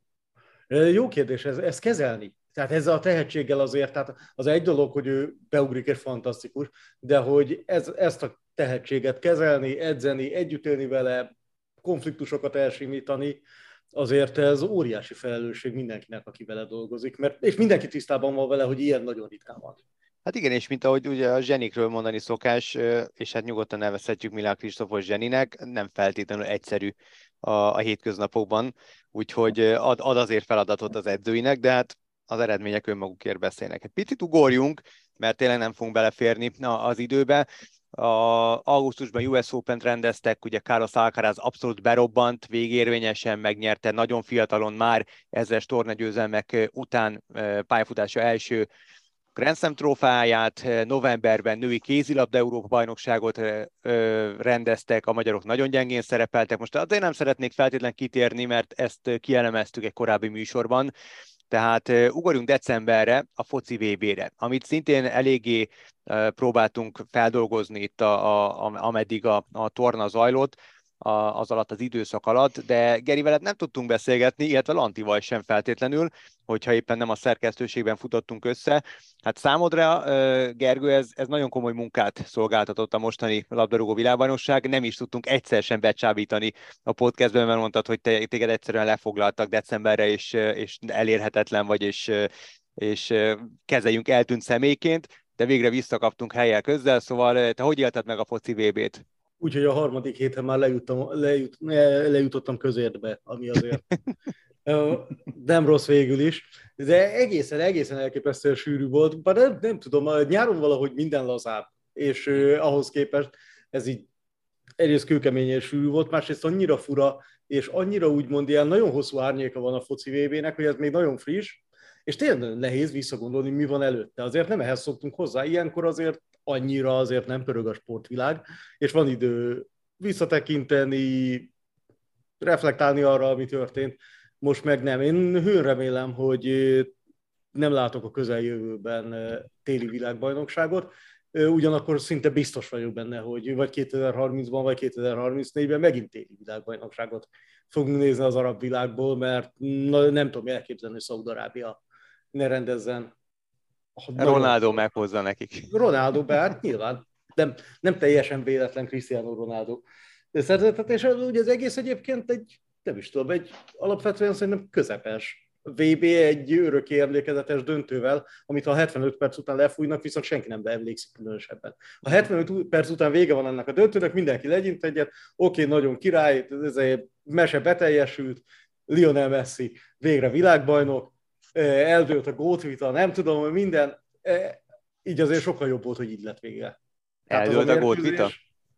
jó kérdés ez, ezt kezelni. Tehát ezzel a tehetséggel azért, tehát az egy dolog, hogy ő beugrik és fantasztikus, de hogy ez, ezt a tehetséget kezelni, edzeni, együtt élni vele, konfliktusokat elsimítani, azért ez óriási felelősség mindenkinek, aki vele dolgozik, mert, és mindenki tisztában van vele, hogy ilyen nagyon ritkán van. Hát igen, és mint ahogy ugye a zsenikről mondani szokás, és hát nyugodtan nevezhetjük Milán Kristófos zseninek, nem feltétlenül egyszerű a, a hétköznapokban, úgyhogy ad, ad azért feladatot az edzőinek, de hát az eredmények önmagukért beszélnek. Egy picit ugorjunk, mert tényleg nem fogunk beleférni az időbe. A augusztusban u es Open-t rendeztek, ugye Carlos Alcaraz abszolút berobbant, végérvényesen megnyerte, nagyon fiatalon már ezres tornagyőzelmek után pályafutása első Grand Slam trófeáját, novemberben női kézilabda Európa-bajnokságot rendeztek, a magyarok nagyon gyengén szerepeltek. Most azért nem szeretnék feltétlen kitérni, mert ezt kielemeztük egy korábbi műsorban. Tehát ugorjunk decemberre, a foci vé bére, amit szintén eléggé próbáltunk feldolgozni itt, a, a, ameddig a, a torna zajlott, a, az alatt az időszak alatt, de Geri, veled nem tudtunk beszélgetni, illetve Lantival sem feltétlenül, hogyha éppen nem a szerkesztőségben futottunk össze. Hát számodra, Gergő, ez, ez nagyon komoly munkát szolgáltatott a mostani labdarúgó világbajnokság, nem is tudtunk egyszer sem becsábítani a podcastben, mert mondtad, hogy te, téged egyszerűen lefoglaltak decemberre, és, és elérhetetlen vagy, és, és kezeljünk eltűnt személyként, de végre visszakaptunk helyel közzel, szóval te hogy élted meg a foci vé bét? Úgyhogy a harmadik héten már lejuttam, lejut, lejutottam közértbe, ami azért nem rossz végül is, de egészen, egészen elképesztően sűrű volt, bár nem, nem tudom, nyáron valahogy minden lazább, és uh, ahhoz képest ez így egyrészt kőkemény és sűrű volt, másrészt annyira fura, és annyira úgymond ilyen nagyon hosszú árnyéka van a foci vé bének, hogy ez még nagyon friss, és tényleg nehéz visszagondolni, mi van előtte. Azért nem ehhez szoktunk hozzá, ilyenkor azért annyira azért nem pörög a sportvilág, és van idő visszatekinteni, reflektálni arra, ami történt. Most meg nem. Én hőn remélem, hogy nem látok a közeljövőben téli világbajnokságot, ugyanakkor szinte biztos vagyok benne, hogy vagy kétezer-harmincban, vagy kétezer-harmincnégyben megint téli világbajnokságot fogunk nézni az arab világból, mert nem tudom elképzelni, hogy Szaúd-Arábia ne rendezzen. Ronaldo meghozza nekik. Ronaldo, bár nyilván nem, nem teljesen véletlen Cristiano Ronaldo. De és ugye az egész egyébként egy, nem is tudom, egy alapvetően szerintem közepes vé bé egy örökké emlékezetes döntővel, amit ha hetvenöt perc után lefújnak, viszont senki nem emlékszik különösebben. Ha hetvenöt perc után vége van ennek a döntőnek, mindenki legyint egyet, oké, okay, nagyon király, ez egy mese beteljesült, Lionel Messi végre világbajnok, eldőlt a gót vita, nem tudom, hogy minden, így azért sokkal jobb volt, hogy így lett vége. Eldőlt a gót vita?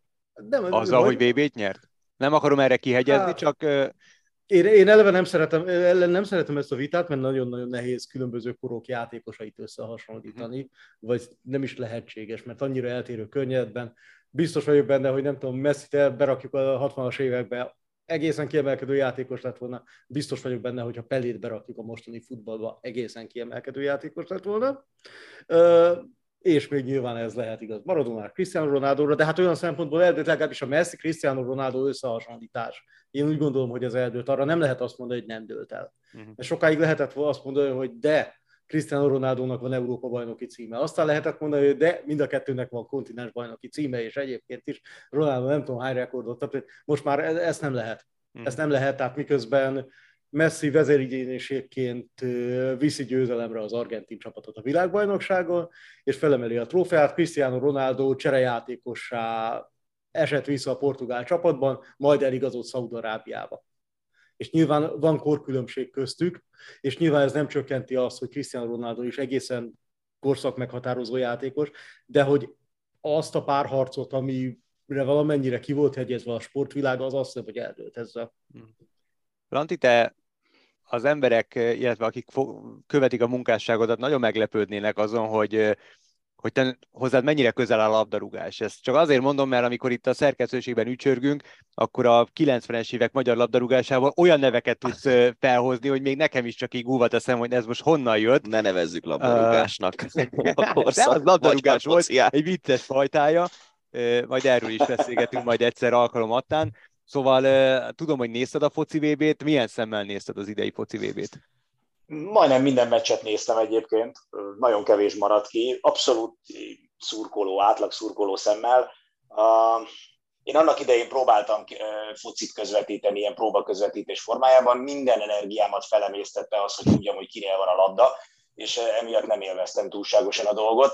Azzal, hogy vé bét nyert? Nem akarom erre kihegyezni, hát, csak... Én, én eleve nem szeretem, nem szeretem ezt a vitát, mert nagyon-nagyon nehéz különböző korok játékosait összehasonlítani, uh-huh. vagy nem is lehetséges, mert annyira eltérő környezetben. Biztos vagyok benne, hogy nem tudom, Messit berakjuk a hatvanas években, egészen kiemelkedő játékos lett volna. Biztos vagyok benne, hogyha Pelét berakjuk a mostani futballba, egészen kiemelkedő játékos lett volna. Uh, és még nyilván ez lehet igaz Maradona, Cristiano Ronaldo-ra, de hát olyan szempontból eldőlt legalábbis a Messi, Cristiano Ronaldo összehasonlítás. Én úgy gondolom, hogy ez eldőlt. Arra nem lehet azt mondani, hogy nem dőlt el. Uh-huh. Sokáig lehetett azt mondani, hogy de Cristiano Ronaldónak van Európa-bajnoki címe. Aztán lehetett mondani, hogy de mind a kettőnek van kontinensbajnoki címe, és egyébként is Ronaldo nem tudom hány rekordot. Tehát most már ezt nem lehet. Uh-huh. Ezt nem lehet, tehát miközben Messi vezérigényéségként viszi győzelemre az argentin csapatot a világbajnokságon, és felemeli a trófeát, Cristiano Ronaldo cserejátékossá esett vissza a portugál csapatban, majd eligazolt Szaúd-Arábiába. És nyilván van korkülönbség köztük, és nyilván ez nem csökkenti azt, hogy Cristiano Ronaldo is egészen korszak meghatározó játékos, de hogy azt a párharcot, amire valamennyire ki volt hegyezve a sportvilág, az azt hiszem, hogy eldőlt ezzel. Lanti, te az emberek, illetve akik követik a munkásságodat, nagyon meglepődnének azon, hogy, hogy te hozzád mennyire közel áll a labdarúgás. Ezt csak azért mondom, mert amikor itt a szerkesztőségben ücsörgünk, akkor a kilencvenes évek magyar labdarúgásával olyan neveket tudsz felhozni, hogy még nekem is csak így gúvat eszem, hogy ez most honnan jött. Ne nevezzük labdarúgásnak. Uh, de az labdarúgás volt, egy vicces fajtája. majd erről is beszélgetünk majd egyszer alkalomattán. Szóval tudom, hogy nézted a foci vé bét, milyen szemmel nézted az idei foci vé bét? Majdnem minden meccset néztem egyébként, nagyon kevés maradt ki, abszolút szurkoló, átlag szurkoló szemmel. Én annak idején próbáltam focit közvetíteni, ilyen próbaközvetítés formájában, minden energiámat felemésztette az, hogy tudjam, hogy kinél van a labda, és emiatt nem élveztem túlságosan a dolgot.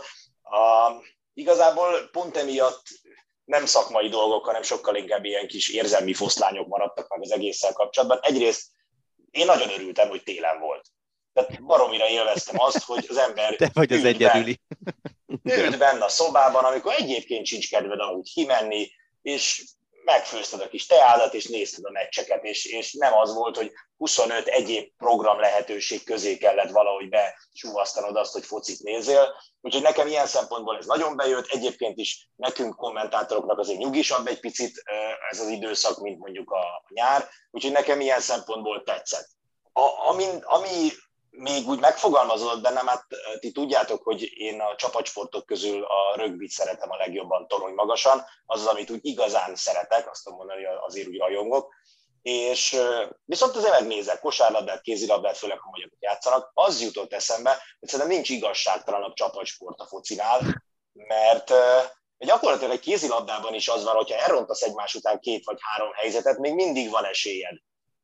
Igazából pont emiatt nem szakmai dolgok, hanem sokkal inkább ilyen kis érzelmi foszlányok maradtak meg az egésszel kapcsolatban. Egyrészt én nagyon örültem, hogy télen volt. Tehát baromira élveztem azt, hogy az ember Te vagy az egyedüli. Ült benne a szobában, amikor egyébként sincs kedved amúgy kimenni, és megfőzted a kis teádat, és nézted a meccseket, és, és nem az volt, hogy huszonöt egyéb program lehetőség közé kellett valahogy besúvasztanod azt, hogy focit nézzél. Úgyhogy nekem ilyen szempontból ez nagyon bejött, egyébként is nekünk kommentátoroknak azért nyugisabb egy picit ez az időszak, mint mondjuk a nyár, úgyhogy nekem ilyen szempontból tetszett. A, ami, ami még úgy megfogalmazódott bennem, hát ti tudjátok, hogy én a csapatsportok közül a rögbit szeretem a legjobban torony magasan, az az, amit úgy igazán szeretek, azt tudom mondani, azért úgy rajongok, és viszont azért megnézek kosárlabdát, kézilabdát, főleg ha magyarok játszanak, az jutott eszembe, hogy szerintem nincs igazságtalanabb csapatsport a focinál, mert gyakorlatilag egy kézilabdában is az van, hogyha elrontasz egymás után két vagy három helyzetet, még mindig van esélyed,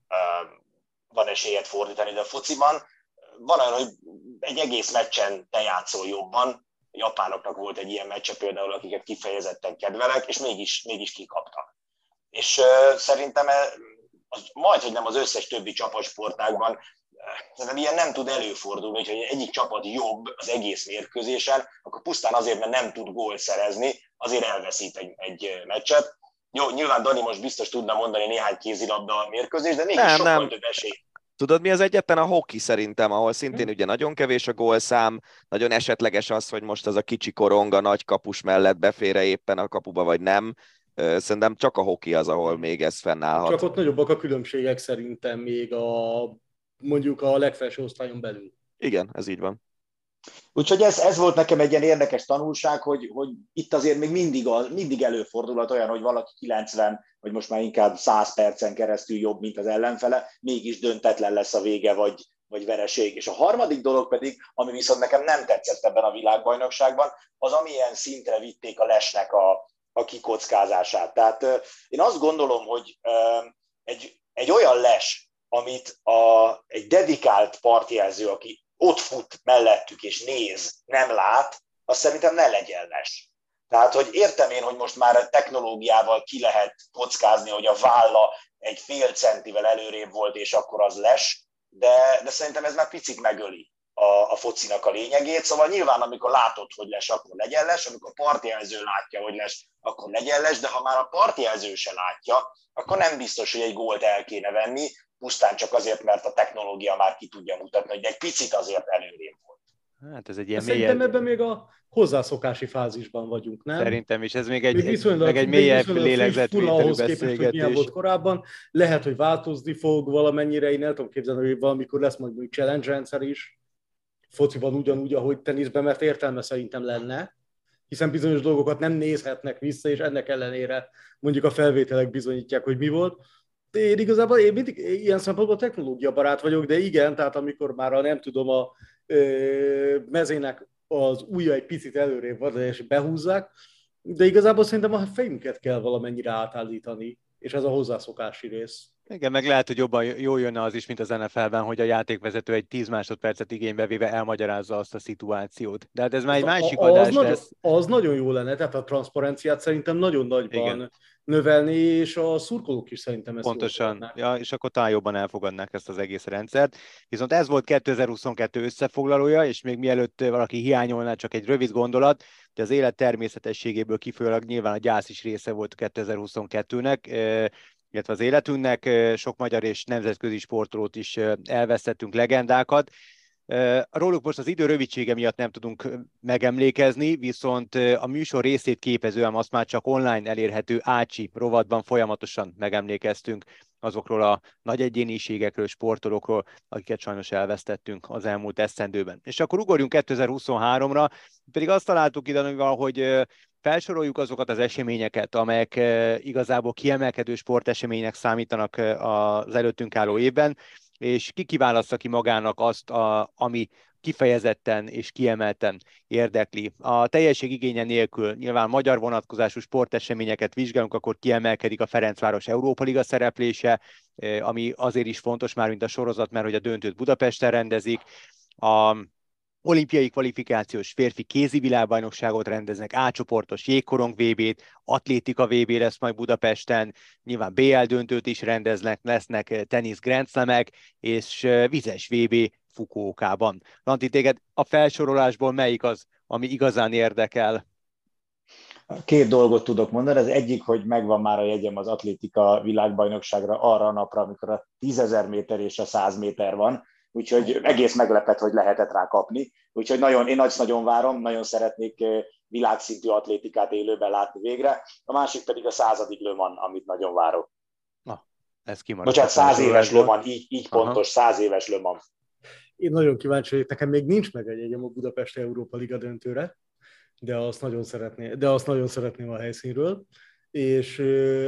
van esélyed fordítani, de a fociban van olyan, hogy egy egész meccsen te játszol jobban. A japánoknak volt egy ilyen meccse például, akiket kifejezetten kedvelek, és mégis, mégis kikaptak. És uh, szerintem az, majd, hogy nem az összes többi csapatsportágban, szerintem ilyen nem tud előfordulni, hogyha egyik csapat jobb az egész mérkőzésen, akkor pusztán azért, mert nem tud gólt szerezni, azért elveszít egy, egy meccset. Jó, nyilván Dani most biztos tudna mondani néhány kézilabda mérkőzés, de mégis nem, sokkal nem. több esély. Tudod, mi az egyetlen? A hoki szerintem, ahol szintén ugye nagyon kevés a gólszám, nagyon esetleges az, hogy most az a kicsi korong a nagy kapus mellett befér éppen a kapuba, vagy nem. Szerintem csak a hoki az, ahol még ez fennállhat. Csak ott nagyobbak a különbségek szerintem még a mondjuk a legfelső osztályon belül. Igen, ez így van. Úgyhogy ez, ez volt nekem egy ilyen érdekes tanulság, hogy, hogy itt azért még mindig, a, mindig előfordulhat olyan, hogy valaki kilencven, vagy most már inkább száz percen keresztül jobb, mint az ellenfele, mégis döntetlen lesz a vége, vagy, vagy vereség. És a harmadik dolog pedig, ami viszont nekem nem tetszett ebben a világbajnokságban, az amilyen szintre vitték a lesnek a, a kikockázását. Tehát én azt gondolom, hogy egy, egy olyan les, amit a, egy dedikált partjelző, aki ott fut mellettük és néz, nem lát, azt szerintem ne legyen les. Tehát, hogy értem én, hogy most már technológiával ki lehet kockázni, hogy a válla egy fél centivel előrébb volt, és akkor az les, de, de szerintem ez már picit megöli a, a focinak a lényegét. Szóval nyilván, amikor látod, hogy les, akkor legyen les, amikor a partjelző látja, hogy les, akkor legyen les, de ha már a partjelző se látja, akkor nem biztos, hogy egy gólt el kéne venni, pusztán csak azért, mert a technológia már ki tudja mutatni, hogy egy picit azért előrébb volt. Hát ez egy ilyen Szerintem mélyebb... ebben még a hozzászokási fázisban vagyunk, nem? Szerintem is, ez még egy, még egy, meg egy mélyebb lélegzetvételű beszélgetés. Volt korábban. Lehet, hogy változni fog valamennyire, én el tudom képzelni, hogy valamikor lesz majd mondjuk challenge rendszer is, fociban ugyanúgy, ahogy teniszben, mert értelme szerintem lenne, hiszen bizonyos dolgokat nem nézhetnek vissza, és ennek ellenére mondjuk a felvételek bizonyítják, hogy mi volt. Én igazából én mindig ilyen szempontból technológiabarát vagyok, de igen, tehát amikor már a, nem tudom, a ö, mezének az ujja egy picit előrébb van, és behúzzák, de igazából szerintem a fejünket kell valamennyire átállítani, és ez a hozzászokási rész. Igen, meg lehet, hogy jobban jól jönne az is, mint az en ef el-ben, hogy a játékvezető egy tíz másodpercet igénybe véve elmagyarázza azt a szituációt. De hát ez már egy másik az adás nagyon, lesz. Az nagyon jó lenne, tehát a transzparenciát szerintem nagyon nagyban igen. növelni, és a szurkolók is szerintem ezt pontosan, ja, és akkor talán jobban elfogadnák ezt az egész rendszert. Viszont ez volt kétezer-huszonkettő összefoglalója, és még mielőtt valaki hiányolná, csak egy rövid gondolat, de az élet természetességéből kifolyólag nyilván a gyász is része volt kétezer-huszonkettőnek, illetve az életünknek, sok magyar és nemzetközi sportolót is elvesztettünk, legendákat. Róluk most az idő rövidsége miatt nem tudunk megemlékezni, viszont a műsor részét képezően azt már csak online elérhető Ácsi rovatban folyamatosan megemlékeztünk azokról a nagy egyéniségekről, sportolókról, akiket sajnos elvesztettünk az elmúlt esztendőben. És akkor ugorjunk kétezer-huszonháromra, pedig azt találtuk ide, hogy felsoroljuk azokat az eseményeket, amelyek igazából kiemelkedő sporteseménynek számítanak az előttünk álló évben, és ki kiválassza ki magának azt, a, ami kifejezetten és kiemelten érdekli. A teljesség igénye nélkül nyilván magyar vonatkozású sporteseményeket vizsgálunk, akkor kiemelkedik a Ferencváros Európa Liga szereplése, ami azért is fontos már, mint a sorozat, mert hogy a döntőt Budapesten rendezik. A olimpiai kvalifikációs férfi kézi világbajnokságot rendeznek, A-csoportos jégkorong vé bét, atlétika vé bé lesz majd Budapesten, nyilván bé el döntőt is rendeznek, lesznek tenisz Grand Slamek, és vizes vé bé Fukuokában. Lanti, téged a felsorolásból melyik az, ami igazán érdekel? Két dolgot tudok mondani. Az egyik, hogy megvan már a jegyem az atlétika világbajnokságra arra a napra, amikor a tízezer méter és a száz méter van, úgyhogy egész meglepett, hogy lehetett rá kapni. Úgyhogy nagyon, én azt nagyon várom, nagyon szeretnék világszintű atlétikát élőben látni végre. A másik pedig a századik Le Mans, amit nagyon várok. Na, ez kimaradt. Bocsánat, száz éves Le Mans, így, így pontos, száz éves Le Mans. Én nagyon kíváncsi vagyok, nekem még nincs meg egy jegyem a Budapest Európa Liga döntőre, de azt nagyon szeretném, de azt nagyon szeretném a helyszínről, és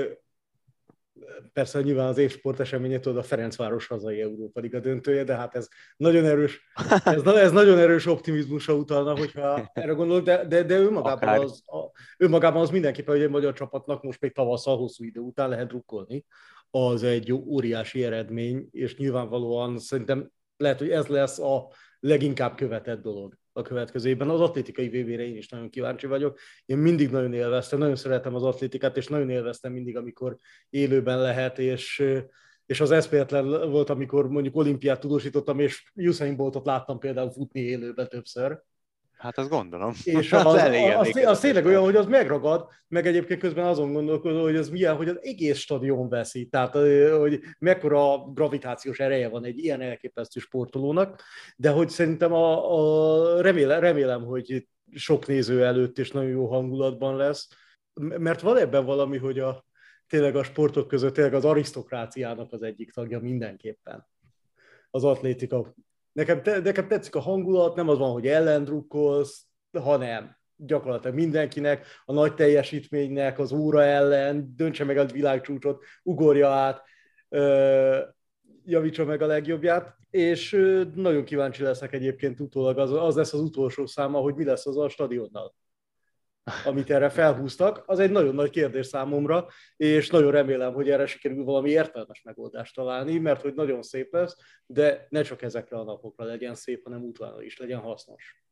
persze nyilván az év sporteseményétől a Ferencváros hazai Európa Liga döntője, de hát ez nagyon erős, ez, ez nagyon erős optimizmusra utalna, hogyha erre gondolok, de, de, de önmagában, az, a, önmagában az mindenképpen, hogy egy magyar csapatnak most még tavasszal hosszú idő után lehet drukkolni, az egy óriási eredmény, és nyilvánvalóan szerintem lehet, hogy ez lesz a leginkább követett dolog a következő évben. Az atlétikai vé bére én is nagyon kíváncsi vagyok. Én mindig nagyon élveztem, nagyon szeretem az atlétikát, és nagyon élveztem mindig, amikor élőben lehet, és, és az eszméletlen volt, amikor mondjuk olimpiát tudósítottam, és Usain Boltot láttam például futni élőben többször. Hát azt gondolom. És az, az, az, az, az tényleg olyan, hogy az megragad, meg egyébként közben azon gondolkodom, hogy az milyen, hogy az egész stadion veszi, tehát hogy mekkora gravitációs ereje van egy ilyen elképesztő sportolónak, de hogy szerintem a, a remélem, remélem, hogy sok néző előtt és nagyon jó hangulatban lesz, mert van ebben valami, hogy a, tényleg a sportok között tényleg az arisztokráciának az egyik tagja mindenképpen. Az atlétika. Nekem, te, nekem tetszik a hangulat, nem az van, hogy ellendrukkolsz, hanem gyakorlatilag mindenkinek, a nagy teljesítménynek, az óra ellen, döntse meg a világcsúcsot, ugorja át, javítsa meg a legjobbját, és nagyon kíváncsi leszek egyébként utólag, az, az lesz az utolsó száma, hogy mi lesz az a stadionnal, amit erre felhúztak. Az egy nagyon nagy kérdés számomra, és nagyon remélem, hogy erre sikerül valami értelmes megoldást találni, mert hogy nagyon szép lesz, de ne csak ezekre a napokra legyen szép, hanem utána is legyen hasznos.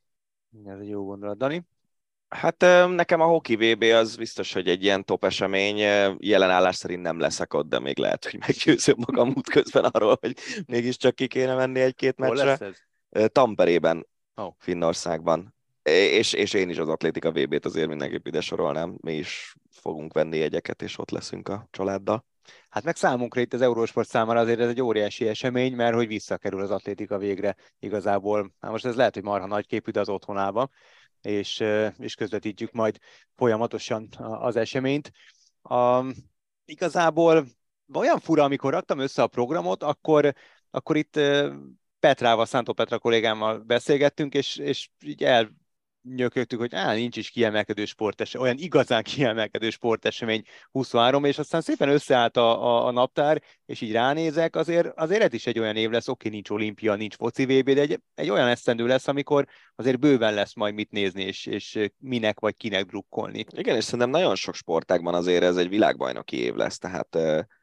Ez egy jó gondolat. Dani? Hát nekem a hoki vé bé az biztos, hogy egy ilyen top esemény. Jelenállás szerint nem leszek ott, de még lehet, hogy meggyőzöm magam útközben arról, hogy mégiscsak ki kéne menni egy-két meccsre. Hol lesz ez? Tamperében, oh. Finnországban. És, és én is az atlétika vé bét azért mindenképp ide sorolnám. Mi is fogunk venni jegyeket, és ott leszünk a családdal. Hát meg számunkra itt az Eurosport számára azért ez egy óriási esemény, mert hogy visszakerül az atlétika végre igazából. Hát most ez lehet, hogy marha nagyképű, de az otthonába, és, és közvetítjük majd folyamatosan az eseményt. A, igazából olyan fura, amikor raktam össze a programot, akkor, akkor itt Petrával, Szántó Petra kollégámmal beszélgettünk, és, és így el nyökögtük, hogy á, nincs is kiemelkedő sportesemény, olyan igazán kiemelkedő sportesemény huszonhárom, és aztán szépen összeállt a, a, a naptár, és így ránézek, azért, azért ez is egy olyan év lesz, oké, nincs olimpia, nincs foci vé bé, de egy, egy olyan esztendő lesz, amikor azért bőven lesz majd mit nézni, és, és minek vagy kinek drukkolni. Igen, és szerintem nagyon sok sportágban azért ez egy világbajnoki év lesz, tehát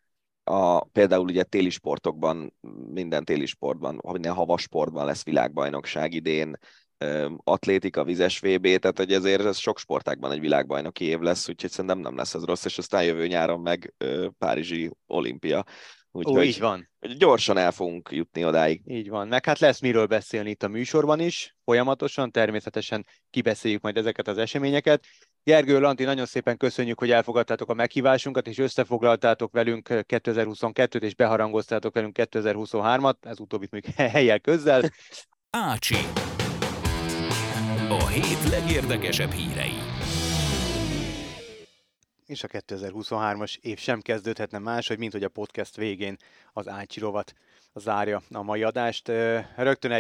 a, például ugye téli sportokban, minden téli sportban, minden havas sportban lesz világbajnokság idén, atlétika, vizes vé bé, tehát hogy ezért ez sok sportágban egy világbajnoki év lesz, úgyhogy szerintem nem lesz ez rossz, és aztán jövő nyáron meg Párizsi olimpia. Úgyhogy Ó, így van. Gyorsan el fogunk jutni odáig. Így van, meg hát lesz miről beszélni itt a műsorban is, folyamatosan, természetesen kibeszéljük majd ezeket az eseményeket. Gergő, Lanti, nagyon szépen köszönjük, hogy elfogadtátok a meghívásunkat, és összefoglaltátok velünk kétezer-huszonkettőt, és beharangoztátok velünk kétezer-huszonhármat, ez utóbbit még helyjel közzel. Ácsi. A hét legérdekesebb hírei. És a kétezer-huszonhármas év sem kezdődhetne máshogy, mint hogy a podcast végén az Ácsi rovat zárja a mai adást. Rögtön egy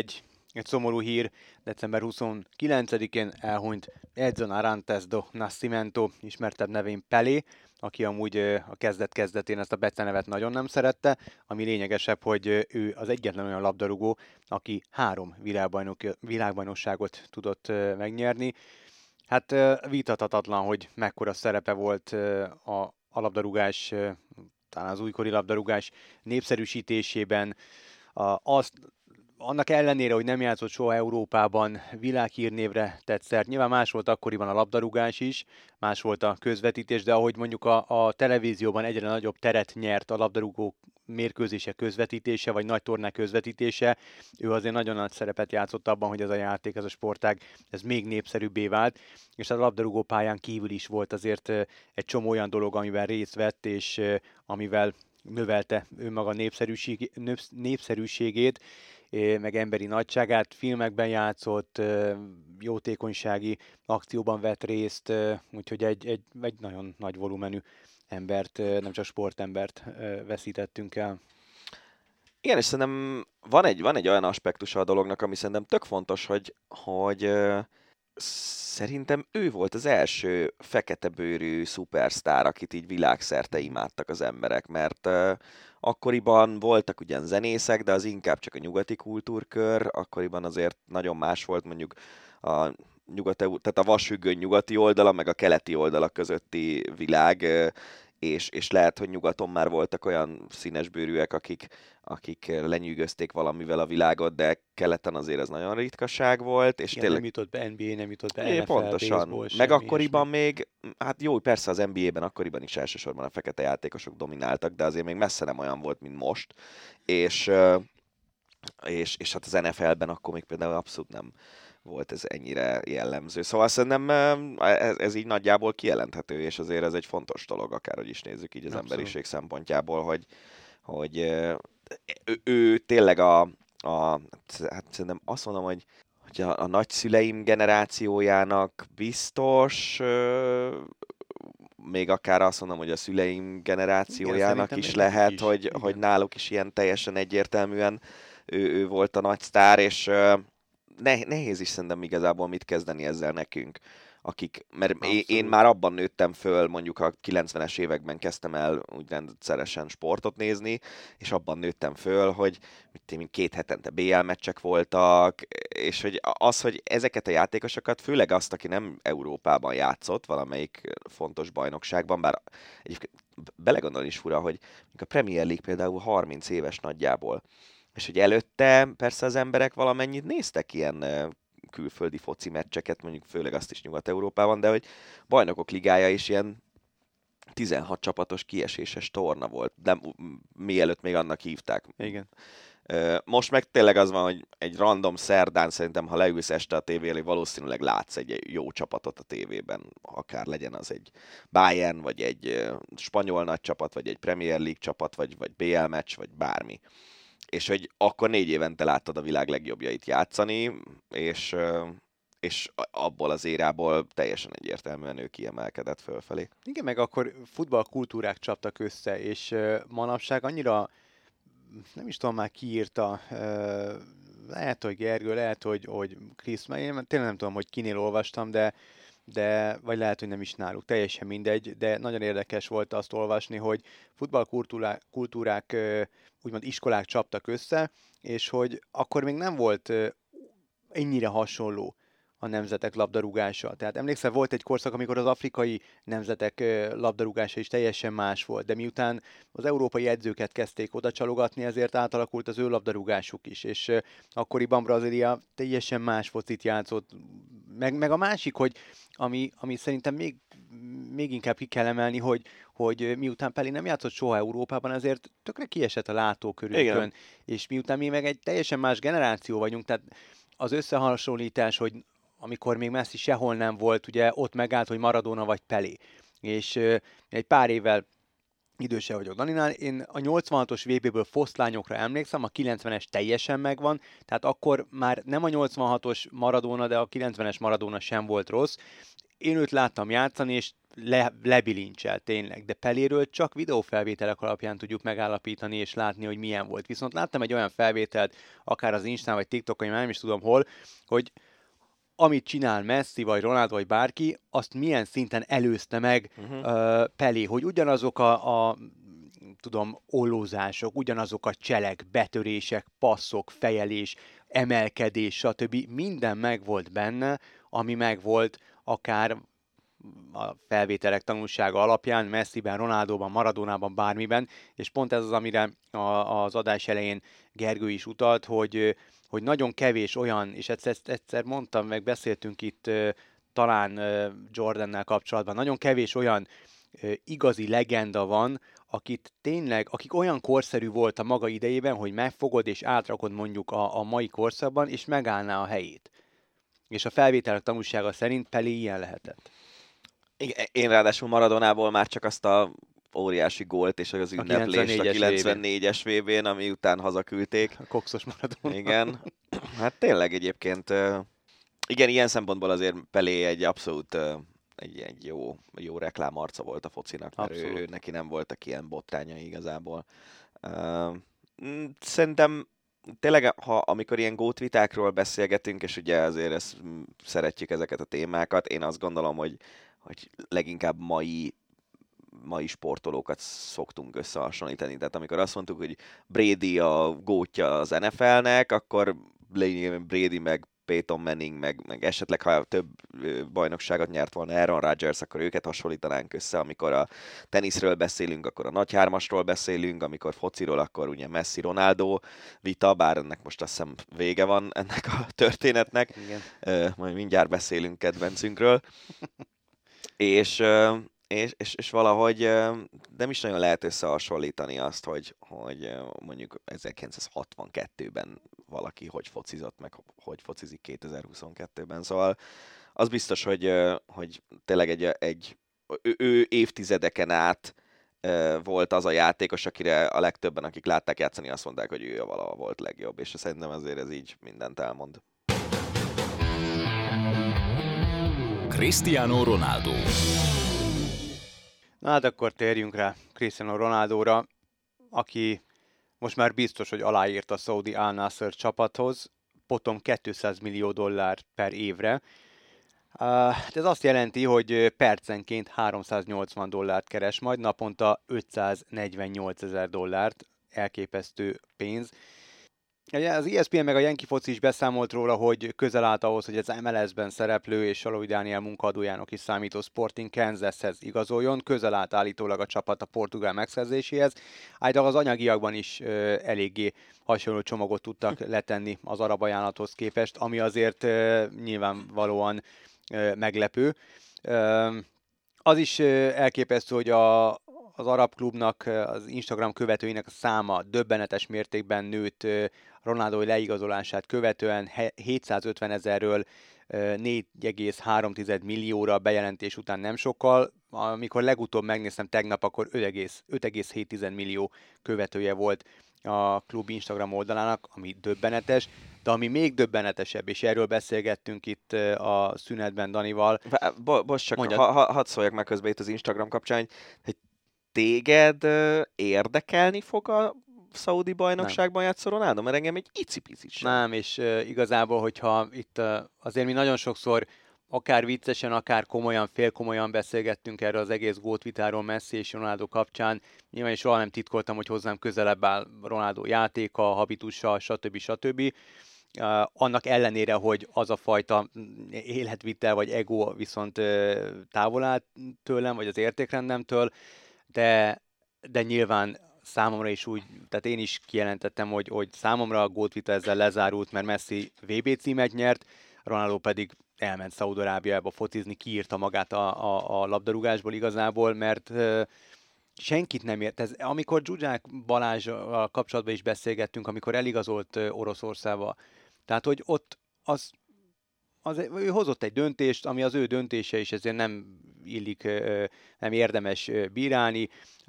egy szomorú hír, december huszonkilencedikén elhunyt Edson Arantes do Nascimento, ismertebb nevén Pelé, aki amúgy a kezdet-kezdetén ezt a becenevet nagyon nem szerette, ami lényegesebb, hogy ő az egyetlen olyan labdarúgó, aki három világbajnok, világbajnokságot tudott megnyerni. Hát vitathatatlan, hogy mekkora szerepe volt a, a labdarúgás, talán az újkori labdarúgás népszerűsítésében. A, azt, annak ellenére, hogy nem játszott soha Európában, világhírnévre tett szert. Nyilván más volt akkoriban a labdarúgás is, más volt a közvetítés, de ahogy mondjuk a, a televízióban egyre nagyobb teret nyert a labdarúgó mérkőzése közvetítése, vagy nagy tornák közvetítése, ő azért nagyon nagy szerepet játszott abban, hogy ez a játék, ez a sportág, ez még népszerűbbé vált, és a labdarúgó pályán kívül is volt azért egy csomó olyan dolog, amivel részt vett, és amivel növelte önmaga népszerűség, népszerűségét, meg emberi nagyságát, filmekben játszott, jótékonysági akcióban vett részt, úgyhogy egy, egy, egy nagyon nagy volumenű embert, nem csak sportembert veszítettünk el. Igen, és szerintem van egy, van egy olyan aspektusa a dolognak, ami szerintem tök fontos, hogy, hogy uh, szerintem ő volt az első feketebőrű szupersztár, akit így világszerte imádtak az emberek, mert uh, akkoriban voltak ugyan zenészek, de az inkább csak a nyugati kultúrkör, akkoriban azért nagyon más volt mondjuk a nyugat, tehát a vasfüggöny nyugati oldala, meg a keleti oldala közötti világ, és, és lehet, hogy nyugaton már voltak olyan színesbőrűek, akik, akik lenyűgözték valamivel a világot, de keleten azért ez nagyon ritkaság volt. És igen, tényleg... nem jutott be en bé á, nem jutott be é, en ef el, pontosan. baseball, Meg akkoriban ilyesmi. még, hát jó, persze az en bé á-ben akkoriban is elsősorban a fekete játékosok domináltak, de azért még messze nem olyan volt, mint most. És, és, és hát az en ef el-ben akkor még például abszolút nem volt ez ennyire jellemző. Szóval szerintem ez, ez így nagyjából kijelenthető, és azért ez egy fontos dolog, akárhogy is nézzük így az Abszolút. Emberiség szempontjából, hogy, hogy ő, ő tényleg a, a, hát szerintem azt mondom, hogy, hogy a, a nagyszüleim generációjának biztos, még akár azt mondom, hogy a szüleim generációjának igen, is lehet, is. hogy, Igen. hogy náluk is ilyen teljesen egyértelműen ő, ő volt a nagy sztár, és nehéz is szerintem igazából mit kezdeni ezzel nekünk, akik, mert én, én már abban nőttem föl, mondjuk a kilencvenes években kezdtem el úgy rendszeresen sportot nézni, és abban nőttem föl, hogy mit, két hetente bé el meccsek voltak, és hogy az, hogy ezeket a játékosokat, főleg azt, aki nem Európában játszott, valamelyik fontos bajnokságban, bár egyébként belegondolni is fura, hogy a Premier League például harminc éves nagyjából, és hogy előtte persze az emberek valamennyit néztek ilyen külföldi foci meccseket, mondjuk főleg azt is Nyugat-Európában, de hogy Bajnokok Ligája is ilyen tizenhat csapatos kieséses torna volt, de mielőtt még annak hívták. Igen. Most meg tényleg az van, hogy egy random szerdán szerintem, ha leülsz este a tévé elé, valószínűleg látsz egy jó csapatot a tévében, akár legyen az egy Bayern, vagy egy spanyol nagy csapat, vagy egy Premier League csapat, vagy, vagy bé el meccs, vagy bármi. És hogy akkor négy évente láttad a világ legjobbjait játszani, és, és abból az érából teljesen egyértelműen ő kiemelkedett fölfelé. Igen, meg akkor futballkultúrák csaptak össze, és manapság annyira, nem is tudom már ki írta, lehet, hogy Gergő, lehet, hogy, hogy Krisz, mert én tényleg nem tudom, hogy kinél olvastam, de, de vagy lehet, hogy nem is náluk, teljesen mindegy, de nagyon érdekes volt azt olvasni, hogy futballkultúrák, kultúrák, úgymond iskolák csaptak össze, és hogy akkor még nem volt ennyire hasonló a nemzetek labdarúgása. Tehát emlékszel, volt egy korszak, amikor az afrikai nemzetek labdarúgása is teljesen más volt, de miután az európai edzőket kezdték oda csalogatni, ezért átalakult az ő labdarúgásuk is, és akkoriban Brazília teljesen más focit játszott. Meg, meg a másik, hogy ami, ami szerintem még, még inkább ki kell emelni, hogy, hogy miután Pelé nem játszott soha Európában, ezért tökre kiesett a látókörünkön, és miután mi meg egy teljesen más generáció vagyunk, tehát az összehasonlítás, hogy amikor még Messi sehol nem volt, ugye ott megállt, hogy Maradona vagy Pelé. És uh, egy pár évvel idősebb vagyok Daninál, én a nyolcvanhatos vé béből foszlányokra emlékszem, a kilencvenes teljesen megvan, tehát akkor már nem a nyolcvanhatos Maradona, de a kilencvenes Maradona sem volt rossz. én őt láttam játszani, és le, lebilincsel tényleg, de Peléről csak videófelvételek alapján tudjuk megállapítani és látni, hogy milyen volt. Viszont láttam egy olyan felvételt, akár az Instán vagy TikTokon, nem is tudom hol, hogy amit csinál Messi, vagy Ronaldo, vagy bárki, azt milyen szinten előzte meg uh-huh. uh, Pelé, hogy ugyanazok a, a tudom, ollózások, ugyanazok a cselek, betörések, passzok, fejelés, emelkedés, stb. Minden megvolt benne, ami megvolt akár a felvételek tanulsága alapján, Messiben, Ronaldóban, Maradonában, bármiben, és pont ez az, amire a, az adás elején Gergő is utalt, hogy, hogy nagyon kevés olyan, és egyszer, egyszer mondtam, meg beszéltünk itt talán Jordannel kapcsolatban, nagyon kevés olyan igazi legenda van, akit tényleg, akik olyan korszerű volt a maga idejében, hogy megfogod és átrakod mondjuk a, a mai korszakban, és megállná a helyét. És a felvételek tanulsága szerint Pelé ilyen lehetett. Igen, én ráadásul Maradonából már csak azt a óriási gólt és az ünneplést a kilencvennégyes vé bén, ami után hazaküldték. A kokszos Maradona. Igen. Hát tényleg egyébként, igen, ilyen szempontból azért Pelé egy abszolút egy, egy jó, jó reklámarca volt a focinak, mert ő, ő, neki nem voltak ilyen botrányai igazából. Szerintem tényleg, ha amikor ilyen gótvitákról beszélgetünk, és ugye azért ezt, szeretjük ezeket a témákat, én azt gondolom, hogy, hogy leginkább mai, mai sportolókat szoktunk összehasonlítani. Tehát amikor azt mondtuk, hogy Brady a gótja az en ef el-nek, akkor Brady meg Peyton Manning, meg, meg esetleg ha több bajnokságot nyert volna Aaron Rodgers, akkor őket hasonlítanánk össze. Amikor a teniszről beszélünk, akkor a nagy hármasról beszélünk, amikor fociról, akkor ugye Messi Ronaldo vita, bár ennek most azt hiszem vége van ennek a történetnek. Igen. Majd mindjárt beszélünk kedvencünkről. és, és, és, és valahogy nem is nagyon lehet összehasonlítani azt, hogy, hogy mondjuk ezerkilencszázhatvankettőben valaki hogy focizott, meg hogy focizik kétezer-huszonkettőben. Szóval az biztos, hogy, hogy tényleg egy, egy ő, ő évtizedeken át volt az a játékos, akire a legtöbben, akik látták játszani, azt mondták, hogy ő a valaha volt legjobb, és szerintem azért ez így mindent elmond. Cristiano Ronaldo. Na hát akkor térjünk rá Cristiano Ronaldóra, aki most már biztos, hogy aláírt a szaudi Al Nassr csapathoz, potom kétszáz millió dollár per évre. Uh, ez azt jelenti, hogy percenként háromszáznyolcvan dollárt keres, majd naponta ötszáznegyvennyolcezer dollárt, elképesztő pénz. Az E S P N meg a Yankee Foci is beszámolt róla, hogy közel állt ahhoz, hogy az em el es-ben szereplő és Salói Dániel munkaadójának is számító Sporting Kansashez igazoljon. Közel állt állítólag a csapat a portugál megszerzéséhez. Általában az anyagiakban is ö, eléggé hasonló csomagot tudtak letenni az arab ajánlathoz képest, ami azért ö, nyilvánvalóan ö, meglepő. Ö, az is ö, elképesztő, hogy a az arab klubnak, az Instagram követőinek a száma döbbenetes mértékben nőtt Ronaldo leigazolását követően hétszázötven ezerről négy egész három millióra bejelentés után nem sokkal. Amikor legutóbb megnéztem tegnap, akkor öt egész hét millió követője volt a klub Instagram oldalának, ami döbbenetes, de ami még döbbenetesebb, és erről beszélgettünk itt a szünetben Danival. Bo- Bocs, csak ha, ha, hadd szóljak meg közben itt az Instagram kapcsán, hogy téged érdekelni fog a szaudi bajnokságban játszó Ronaldo? Mert engem egy icipicit sem. Nem, és uh, igazából, hogyha itt uh, azért mi nagyon sokszor akár viccesen, akár komolyan, félkomolyan beszélgettünk erről az egész gótvitáról Messi és Ronaldo kapcsán. Nyilván is soha nem titkoltam, hogy hozzám közelebb áll Ronaldo játéka, habitusa, stb. stb. Uh, annak ellenére, hogy az a fajta életvitel vagy ego viszont uh, távol áll tőlem, vagy az értékrendemtől, de, de nyilván számomra is úgy, tehát én is kijelentettem, hogy, hogy számomra a gótvita ezzel lezárult, mert Messi vé bé címet nyert, Ronaldo pedig elment Szaúd-Arábiába focizni, kiírta magát a, a, a labdarúgásból igazából, mert uh, senkit nem ért. Ez, amikor Zsuzsák Balázsral kapcsolatban is beszélgettünk, amikor eligazolt uh, Oroszországba, tehát hogy ott az az, ő hozott egy döntést, ami az ő döntése, és ezért nem illik, nem érdemes bírálni.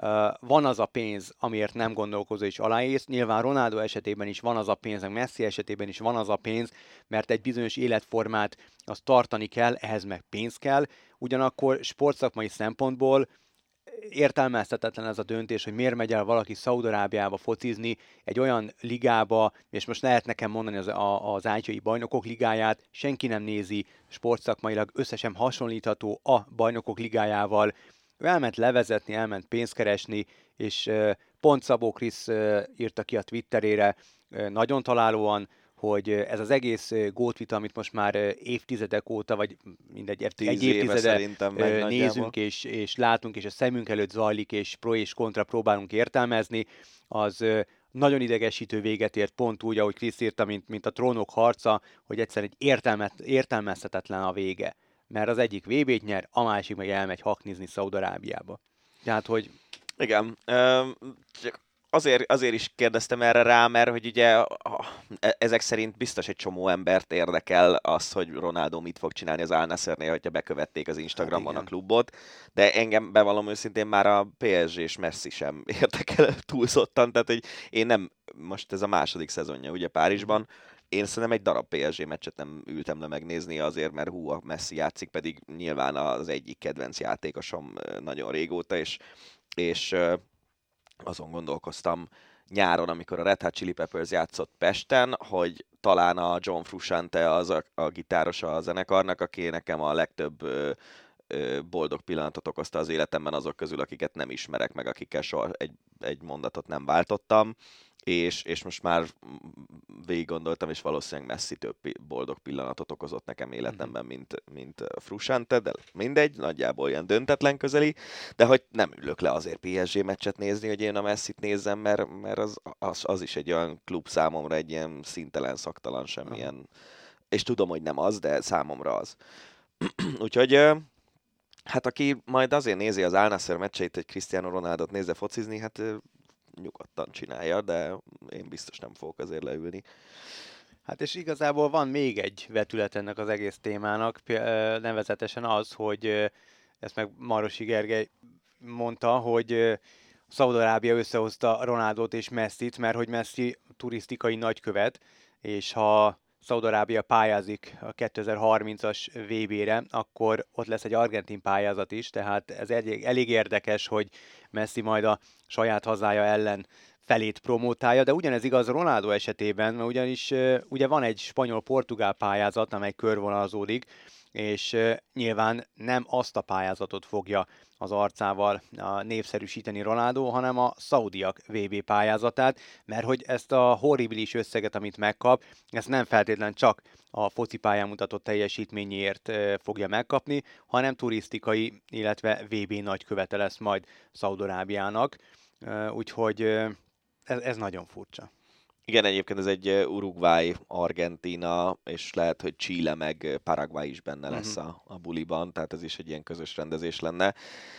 Van az a pénz, amiért nem gondolkozó és aláírsz. Nyilván Ronaldo esetében is van az a pénz, meg Messi esetében is van az a pénz, mert egy bizonyos életformát azt tartani kell, ehhez meg pénz kell. Ugyanakkor sportszakmai szempontból értelmezhetetlen ez a döntés, hogy miért megy el valaki Szaúd-Arábiába focizni, egy olyan ligába, és most lehet nekem mondani az, a, az ázsiai bajnokok ligáját, senki nem nézi, sportszakmailag össze sem hasonlítható a bajnokok ligájával. Ő elment levezetni, elment pénzt keresni, és pont Szabó Krisz írta ki a Twitterére nagyon találóan, hogy ez az egész gótvita, amit most már évtizedek óta, vagy mindegy, egy évtizede nézünk és, és látunk, és a szemünk előtt zajlik, és pro és kontra próbálunk értelmezni, az nagyon idegesítő véget ért, pont úgy, ahogy Krisz írta, mint, mint a trónok harca, hogy egyszerűen egy értelmet, értelmezhetetlen a vége. Mert az egyik vé bét nyer, a másik meg elmegy haknizni Szaúd-Arábiába. Tehát, hogy... Igen, csak azért, azért is kérdeztem erre rá, mert hogy ugye ezek szerint biztos egy csomó embert érdekel az, hogy Ronaldo mit fog csinálni az Al Nassrnél, hogyha bekövették az Instagramon hát a klubot, de engem bevallom őszintén már a pé es gé és Messi sem érdekel túlzottan, tehát hogy én nem, most ez a második szezonja ugye Párizsban, én szerintem egy darab pé es gé meccset nem ültem le megnézni azért, mert hú, a Messi játszik, pedig nyilván az egyik kedvenc játékosom nagyon régóta, és, és azon gondolkoztam nyáron, amikor a Red Hot Chili Peppers játszott Pesten, hogy talán a John Frusciante az a, a gitárosa a zenekarnak, aki nekem a legtöbb ö, ö, boldog pillanatot okozta az életemben azok közül, akiket nem ismerek meg, akikkel soha egy, egy mondatot nem váltottam. És, és most már végig gondoltam, és valószínűleg Messi több boldog pillanatot okozott nekem életemben, mint, mint Frusciante, de mindegy, nagyjából ilyen döntetlen közeli, de hogy nem ülök le azért pé es gé meccset nézni, hogy én a Messit nézzem, mert, mert az, az, az is egy olyan klub számomra, egy ilyen színtelen, szaktalan semmilyen, uh-huh. és tudom, hogy nem az, de számomra az. Úgyhogy hát aki majd azért nézi az Al Nassr meccseit, hogy Cristiano Ronaldot nézze focizni, hát nyugodtan csinálja, de én biztos nem fogok azért leülni. Hát és igazából van még egy vetület ennek az egész témának, nevezetesen az, hogy ezt meg Marosi Gergely mondta, hogy Szaúd-Arábia összehozta Ronaldot és Messit, mert hogy Messi turisztikai nagykövet, és ha Szaúd-Arábia pályázik a kétezer-harmincas vé bére, akkor ott lesz egy argentin pályázat is, tehát ez elég, elég érdekes, hogy Messi majd a saját hazája ellen felét promótálja, de ugyanez igaz Ronaldo esetében, mert ugyanis ugye van egy spanyol-portugál pályázat, amely körvonalazódik, és nyilván nem azt a pályázatot fogja az arcával a népszerűsíteni Ronaldo, hanem a szaudiak vé bé pályázatát, mert hogy ezt a horribilis összeget, amit megkap, ezt nem feltétlen csak a focipályán mutatott teljesítményért fogja megkapni, hanem turisztikai, illetve vé bé nagykövete lesz majd Szaúd-Arábiának, úgyhogy ez, ez nagyon furcsa. Igen, egyébként ez egy Uruguay, Argentína, és lehet, hogy Chile meg Paraguay is benne lesz uh-huh. a, a buliban, tehát ez is egy ilyen közös rendezés lenne.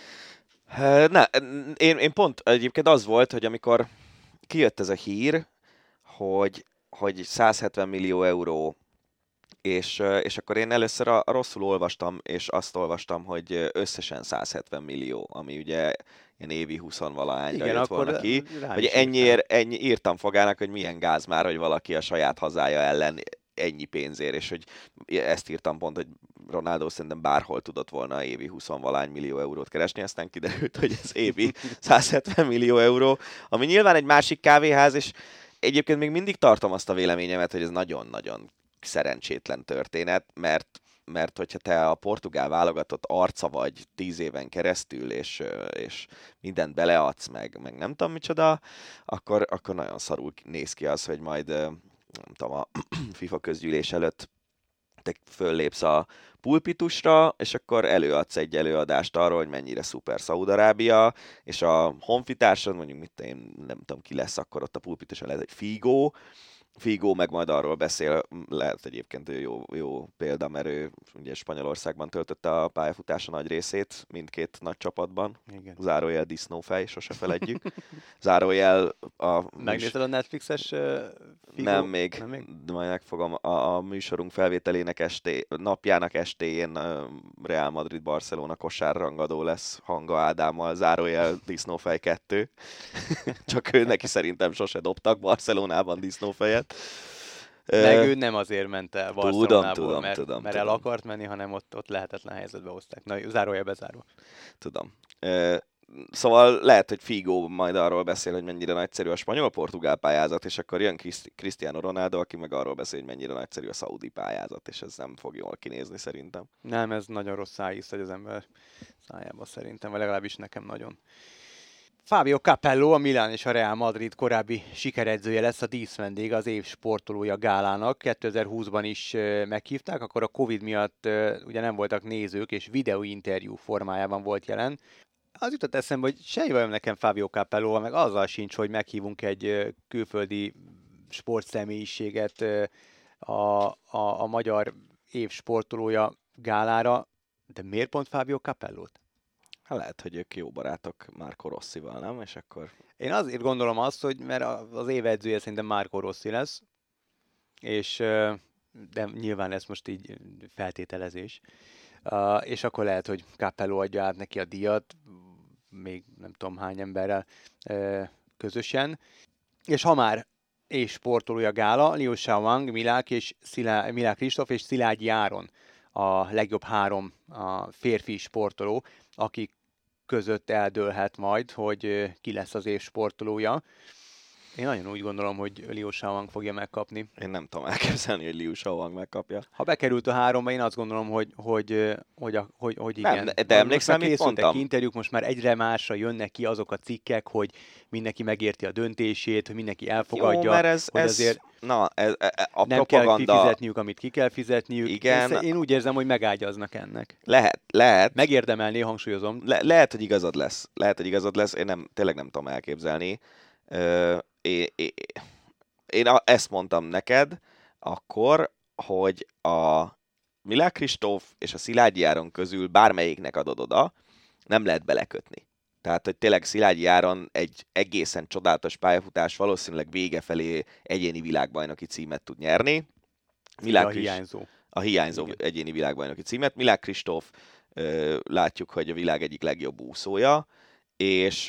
Na, én, én pont egyébként az volt, hogy amikor kijött ez a hír, hogy, hogy száz hetven millió euró, és, és akkor én először a, a rosszul olvastam, és azt olvastam, hogy összesen száz hetven millió, ami ugye ilyen évi huszonvalahányra jött volna ki, hogy ennyiért, ennyi írtam fogának, hogy milyen gáz már, hogy valaki a saját hazája ellen ennyi pénzért, és hogy ezt írtam pont, hogy Ronaldo szerintem bárhol tudott volna évi huszonvalány millió eurót keresni, aztán kiderült, hogy ez évi száz hetven millió euró, ami nyilván egy másik kávéház, és egyébként még mindig tartom azt a véleményemet, hogy ez nagyon-nagyon szerencsétlen történet, mert mert hogyha te a portugál válogatott arca vagy tíz éven keresztül, és, és mindent beleadsz, meg, meg nem tudom micsoda, akkor, akkor nagyon szarul néz ki az, hogy majd nem tudom, a FIFA közgyűlés előtt te föllépsz a pulpitusra, és akkor előadsz egy előadást arról, hogy mennyire szuper Szaúd-Arábia, és a honfitársad, mondjuk mit én nem tudom ki lesz akkor ott a pulpituson, lehet egy Figo, Figo meg majd arról beszél, lehet egyébként ő jó, jó példa, mert ő ugye Spanyolországban töltötte a pályafutása nagy részét, mindkét nagy csapatban. Igen. Zárójel disznófej, sose feledjük. Zárójel a... Megnézted a Netflixes uh, Figo? Nem még, Nem még? de majd megfogom. A, a műsorunk felvételének esté, napjának estéjén uh, Real Madrid-Barcelona kosárrangadó lesz Hanga Ádámmal, zárójel disznófej kettő. Csak ő neki szerintem sose dobtak Barcelonában disznófejet. Meg Uh, ő nem azért ment el tudom, Barcelonából, tudom, mert, tudom, mert tudom. el akart menni, hanem ott, ott lehetetlen helyzetbe hozták. Na, zárója bezárva. Tudom. Uh, Szóval lehet, hogy Figo majd arról beszél, hogy mennyire nagyszerű a spanyol-portugál pályázat, és akkor jön Cristiano Ronaldo, aki meg arról beszél, hogy mennyire nagyszerű a szaudi pályázat, és ez nem fog jól kinézni szerintem. Nem, ez nagyon rossz szájíz, hogy az ember szájába szerintem, vagy legalábbis nekem nagyon. Fabio Capello, a Milán és a Real Madrid korábbi sikeredzője lesz a díszvendég az év sportolója gálának. kétezer-húszban is meghívták, akkor a Covid miatt ugye nem voltak nézők, és videóinterjú formájában volt jelen. Az jutott eszembe, hogy semmi bajom nekem Fabio Capello, meg azzal sincs, hogy meghívunk egy külföldi sportszemélyiséget a, a, a magyar év sportolója gálára, de miért pont Fabio Capellót? Hát lehet, hogy ők jó barátok Marco Rossival, nem? És akkor... Én azért gondolom azt, hogy mert az év edzője szerintem Marco Rossi lesz, és de nyilván ez most így feltételezés. Uh, és akkor lehet, hogy Capello adja át neki a díjat, még nem tudom hány emberrel uh, közösen. És ha már és sportolója gála, Liu Shaoang, Milák, és Szilá, Milák Kristóf és Szilágyi Áron a legjobb három a férfi sportoló, akik között eldőlhet majd, hogy uh, ki lesz az év sportolója. Én nagyon úgy gondolom, hogy Liu Shaoang fogja megkapni. Én nem tudom elképzelni, hogy Liu Shaoang megkapja. Ha bekerült a háromba, én azt gondolom, hogy, hogy, hogy, hogy, hogy igen. Nem, de emlékszem, mit mondtam? Interjúk, most már egyre másra jönnek ki azok a cikkek, hogy mindenki megérti a döntését, hogy mindenki elfogadja. Jó, mert ez, hogy ez, azért na, ez, a nem propaganda... kell kifizetniük, amit ki kell fizetniük. Igen. Én, én úgy érzem, hogy megágyaznak ennek. Lehet, lehet. Megérdemelni, hangsúlyozom. Le, lehet, hogy igazad lesz. Lehet, hogy igazad lesz. Én nem, tényleg nem tudom elképzelni. Ö, Én, én, én ezt mondtam neked akkor, hogy a Milák Kristóf és a Szilágyi Áron közül bármelyiknek adod oda, nem lehet belekötni. Tehát, hogy tényleg Szilágyi Áron egy egészen csodálatos pályafutás, valószínűleg vége felé egyéni világbajnoki címet tud nyerni. Milák a hiányzó. A hiányzó Igen. egyéni világbajnoki címet. Milák Kristóf látjuk, hogy a világ egyik legjobb úszója, és...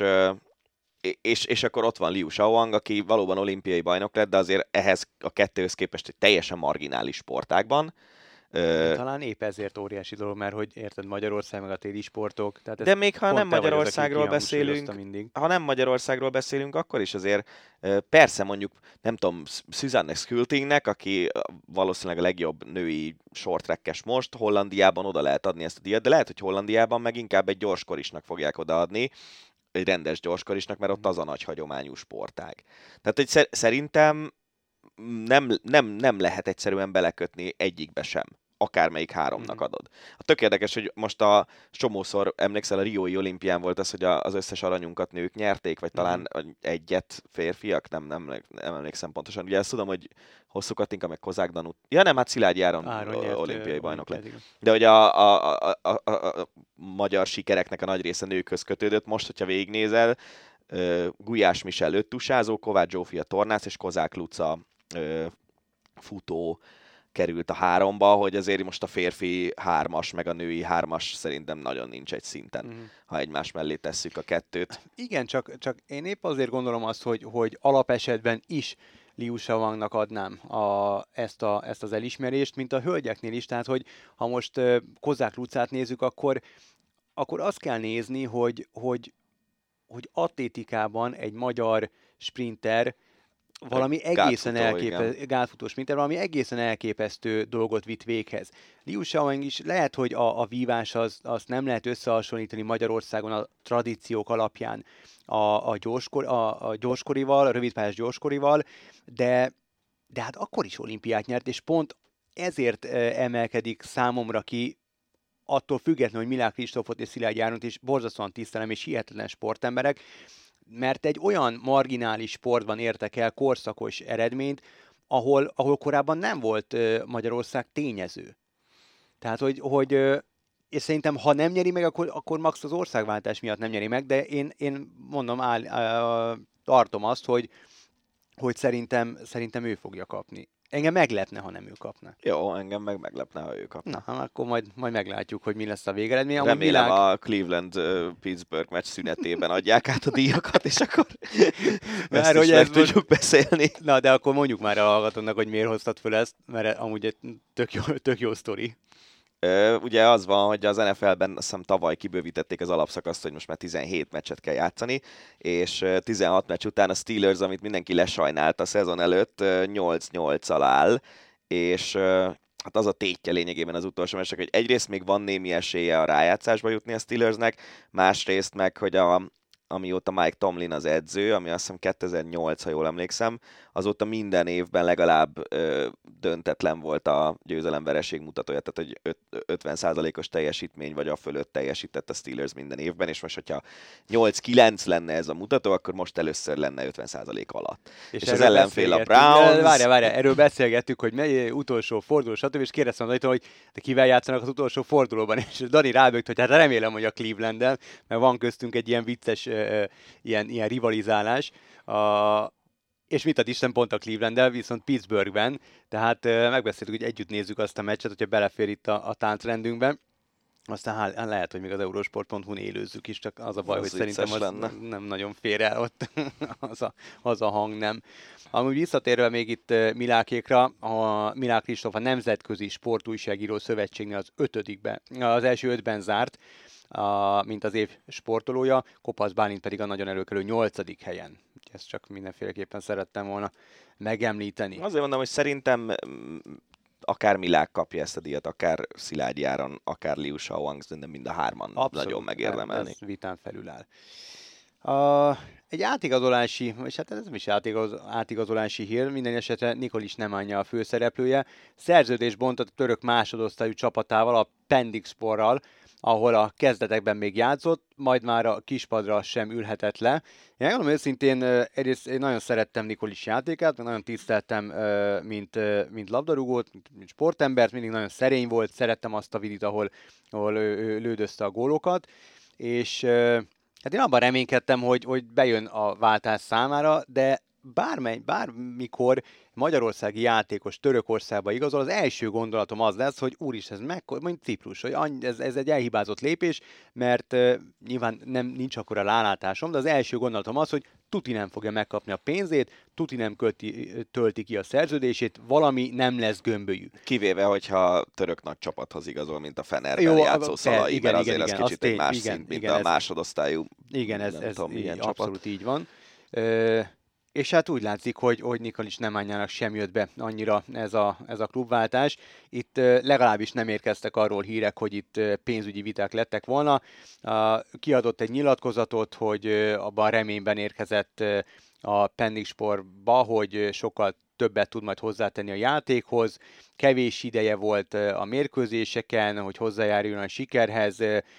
És, és akkor ott van Liu Shaoang, aki valóban olimpiai bajnok lett, de azért ehhez a kettőhöz képest egy teljesen marginális sportágban. Talán épp ezért óriási dolog, mert hogy érted, Magyarország meg a téli sportok. Tehát de még ha nem Magyarországról az, beszélünk, ha nem Magyarországról beszélünk, akkor is azért persze mondjuk, nem tudom, Susanne Schultingnek, aki valószínűleg a legjobb női shorttrackes most, Hollandiában oda lehet adni ezt a díjat, de lehet, hogy Hollandiában meg inkább egy gyorskorisnak fogják odaadni, egy rendes gyorskorisnak, mert ott az a nagy hagyományú sportág. Tehát, hogy szerintem nem, nem, nem lehet egyszerűen belekötni egyikbe sem. Akármelyik háromnak adod. A tök érdekes, hogy most a csomószor, emlékszel, a Riói olimpián volt az, hogy az összes aranyunkat nők nyerték, vagy talán egyet férfiak, nem, nem, nem emlékszem pontosan. Ugye ezt tudom, hogy Hosszú Katinka, meg Kozák Danut. Ja nem, hát Szilágyi Áron, Áron olimpiai bajnok lett. De hogy a, a, a, a, a, a magyar sikereknek a nagy része nőkhöz kötődött. Most, hogyha végignézel, uh, Gulyás Michel öttusázó, Kovács Zsófia tornász és Kozák Luca uh, futó került a háromba, hogy azért most a férfi hármas, meg a női hármas szerintem nagyon nincs egy szinten, mm. ha egymás mellé tesszük a kettőt. Igen, csak, csak én épp azért gondolom azt, hogy, hogy alapesetben is Liu Shaoangnak adnám a, ezt, a, ezt az elismerést, mint a hölgyeknél is. Tehát, hogy ha most uh, Kozák Lucát nézzük, akkor, akkor azt kell nézni, hogy, hogy, hogy atlétikában egy magyar sprinter valami egészen elképesztő, gátfutó sprinter, valami egészen elképesztő dolgot vitt véghez. Liu Shaoang is lehet, hogy a, a vívás az, azt nem lehet összehasonlítani Magyarországon a tradíciók alapján a, a, gyorskor, a, a gyorskorival, a rövidpályás gyorskorival, de, de hát akkor is olimpiát nyert, és pont ezért emelkedik számomra ki, attól függetlenül, hogy Milák Kristófot és Szilágyi Áront is borzasztóan tisztelem, és hihetetlen sportemberek, mert egy olyan marginális sportban értek el korszakos eredményt, ahol, ahol korábban nem volt Magyarország tényező. Tehát, hogy, hogy és szerintem, ha nem nyeri meg, akkor, akkor max az országváltás miatt nem nyeri meg, de én, én mondom, áll, áll, tartom azt, hogy, hogy szerintem, szerintem ő fogja kapni. Engem meglepne, ha nem ő kapna. Jó, engem meg meglepne, ha ő kapna. Na, akkor majd, majd meglátjuk, hogy mi lesz a végeredmény. Remélem világ... a Cleveland-Pittsburgh meccs szünetében adják át a díjakat, és akkor ezt Már, is hogy meg ez tudjuk most... beszélni. Na, de akkor mondjuk már a hallgatónak, hogy miért hoztad föl ezt, mert amúgy egy tök jó, tök jó sztori. Ö, ugye az van, hogy az en ef el-ben azt hiszem tavaly kibővítették az alapszakaszt, hogy most már tizenhét meccset kell játszani, és tizenhat meccs után a Steelers, amit mindenki lesajnált a szezon előtt, nyolc nyolccal áll, és hát az a tétje lényegében az utolsó meccsek, hogy egyrészt még van némi esélye a rájátszásba jutni a Steelersnek, másrészt meg, hogy a amióta Mike Tomlin az edző, ami azt hiszem kétezer-nyolc, ha jól emlékszem, azóta minden évben legalább ö, döntetlen volt a győzelem-vereség mutatója, tehát hogy ötven százalékos teljesítmény vagy a fölött teljesített a Steelers minden évben, és most, hogyha nyolc kilenc lenne ez a mutató, akkor most először lenne ötven százalék alatt. És, és az ellenfél a Browns... Várjál, várjál, erről beszélgettük, hogy mely utolsó forduló, stb. És kérdeztem Danitól, hogy de kivel játszanak az utolsó fordulóban, és Dani rábögt, hogy hát remélem, hogy a Cleveland-del, mert van köztünk egy ilyen vicces Ilyen, ilyen rivalizálás, a, és mit ad Isten pont a Cleveland-del, viszont Pittsburghben, tehát megbeszéltük, hogy együtt nézzük azt a meccset, hogyha belefér itt a, a táncrendünkbe. Aztán hál, lehet, hogy még az eurosport pont hu-n élőzzük is, csak az a baj, az hogy szerintem az lenne. Nem nagyon fér el ott, az, a, az a hang nem. Amúgy visszatérve még itt Milákékra, a Milák Kristóf a Nemzetközi Sportújságíró Szövetségnél az ötödikben, az első ötben zárt, A, mint az év sportolója, Kopasz Bálint pedig a nagyon előkelő nyolcadik helyen. Ezt csak mindenféleképpen szerettem volna megemlíteni. Azért mondom, hogy szerintem akár Milák kapja ezt a díjat, akár Szilágyi Áron, akár Liu Shaoang, de mind a hárman abszolút nagyon megérdemelni. Ez vitán felül áll. A, egy átigazolási, és hát ez nem is átigaz, átigazolási hír, minden esetre Nikolic Nemanja a főszereplője. Szerződés bontott a török másodosztályú csapatával, a Pendiksporral, ahol a kezdetekben még játszott, majd már a kispadra sem ülhetett le. Én megmondom őszintén, egyrészt én nagyon szerettem Nikolic játékát, meg nagyon tiszteltem, mint, mint labdarúgót, mint sportembert, mindig nagyon szerény volt, szerettem azt a vidit, ahol, ahol ő lődözte a gólokat, és hát én abban reménykedtem, hogy, hogy bejön a váltás számára, de bármely, bármikor magyarországi játékos Törökországba igazol, az első gondolatom az lesz, hogy úristen, ez mekkora, mondjuk Ciprus, hogy annyi, ez, ez egy elhibázott lépés, mert uh, nyilván nem, nincs akkora rálátásom, de az első gondolatom az, hogy tuti nem fogja megkapni a pénzét, tuti nem költi, tölti ki a szerződését, valami nem lesz gömbölyű. Kivéve, hogyha török nagy csapathoz igazol, mint a Fenerben játszó Szalai, mert azért igen, ez kicsit tény, egy más igen, szint, mint igen, a másodosztályú. Igen, ez, ez tudom, így, abszolút csapat. Így van. Uh, És hát úgy látszik, hogy, hogy Nikolic Nemanyának sem jött be annyira ez a, ez a klubváltás. Itt legalábbis nem érkeztek arról hírek, hogy itt pénzügyi viták lettek volna. Kiadott egy nyilatkozatot, hogy abban reményben érkezett a Pendiksportba, hogy sokkal többet tud majd hozzátenni a játékhoz. Kevés ideje volt a mérkőzéseken, hogy hozzájáruljon a sikerhez.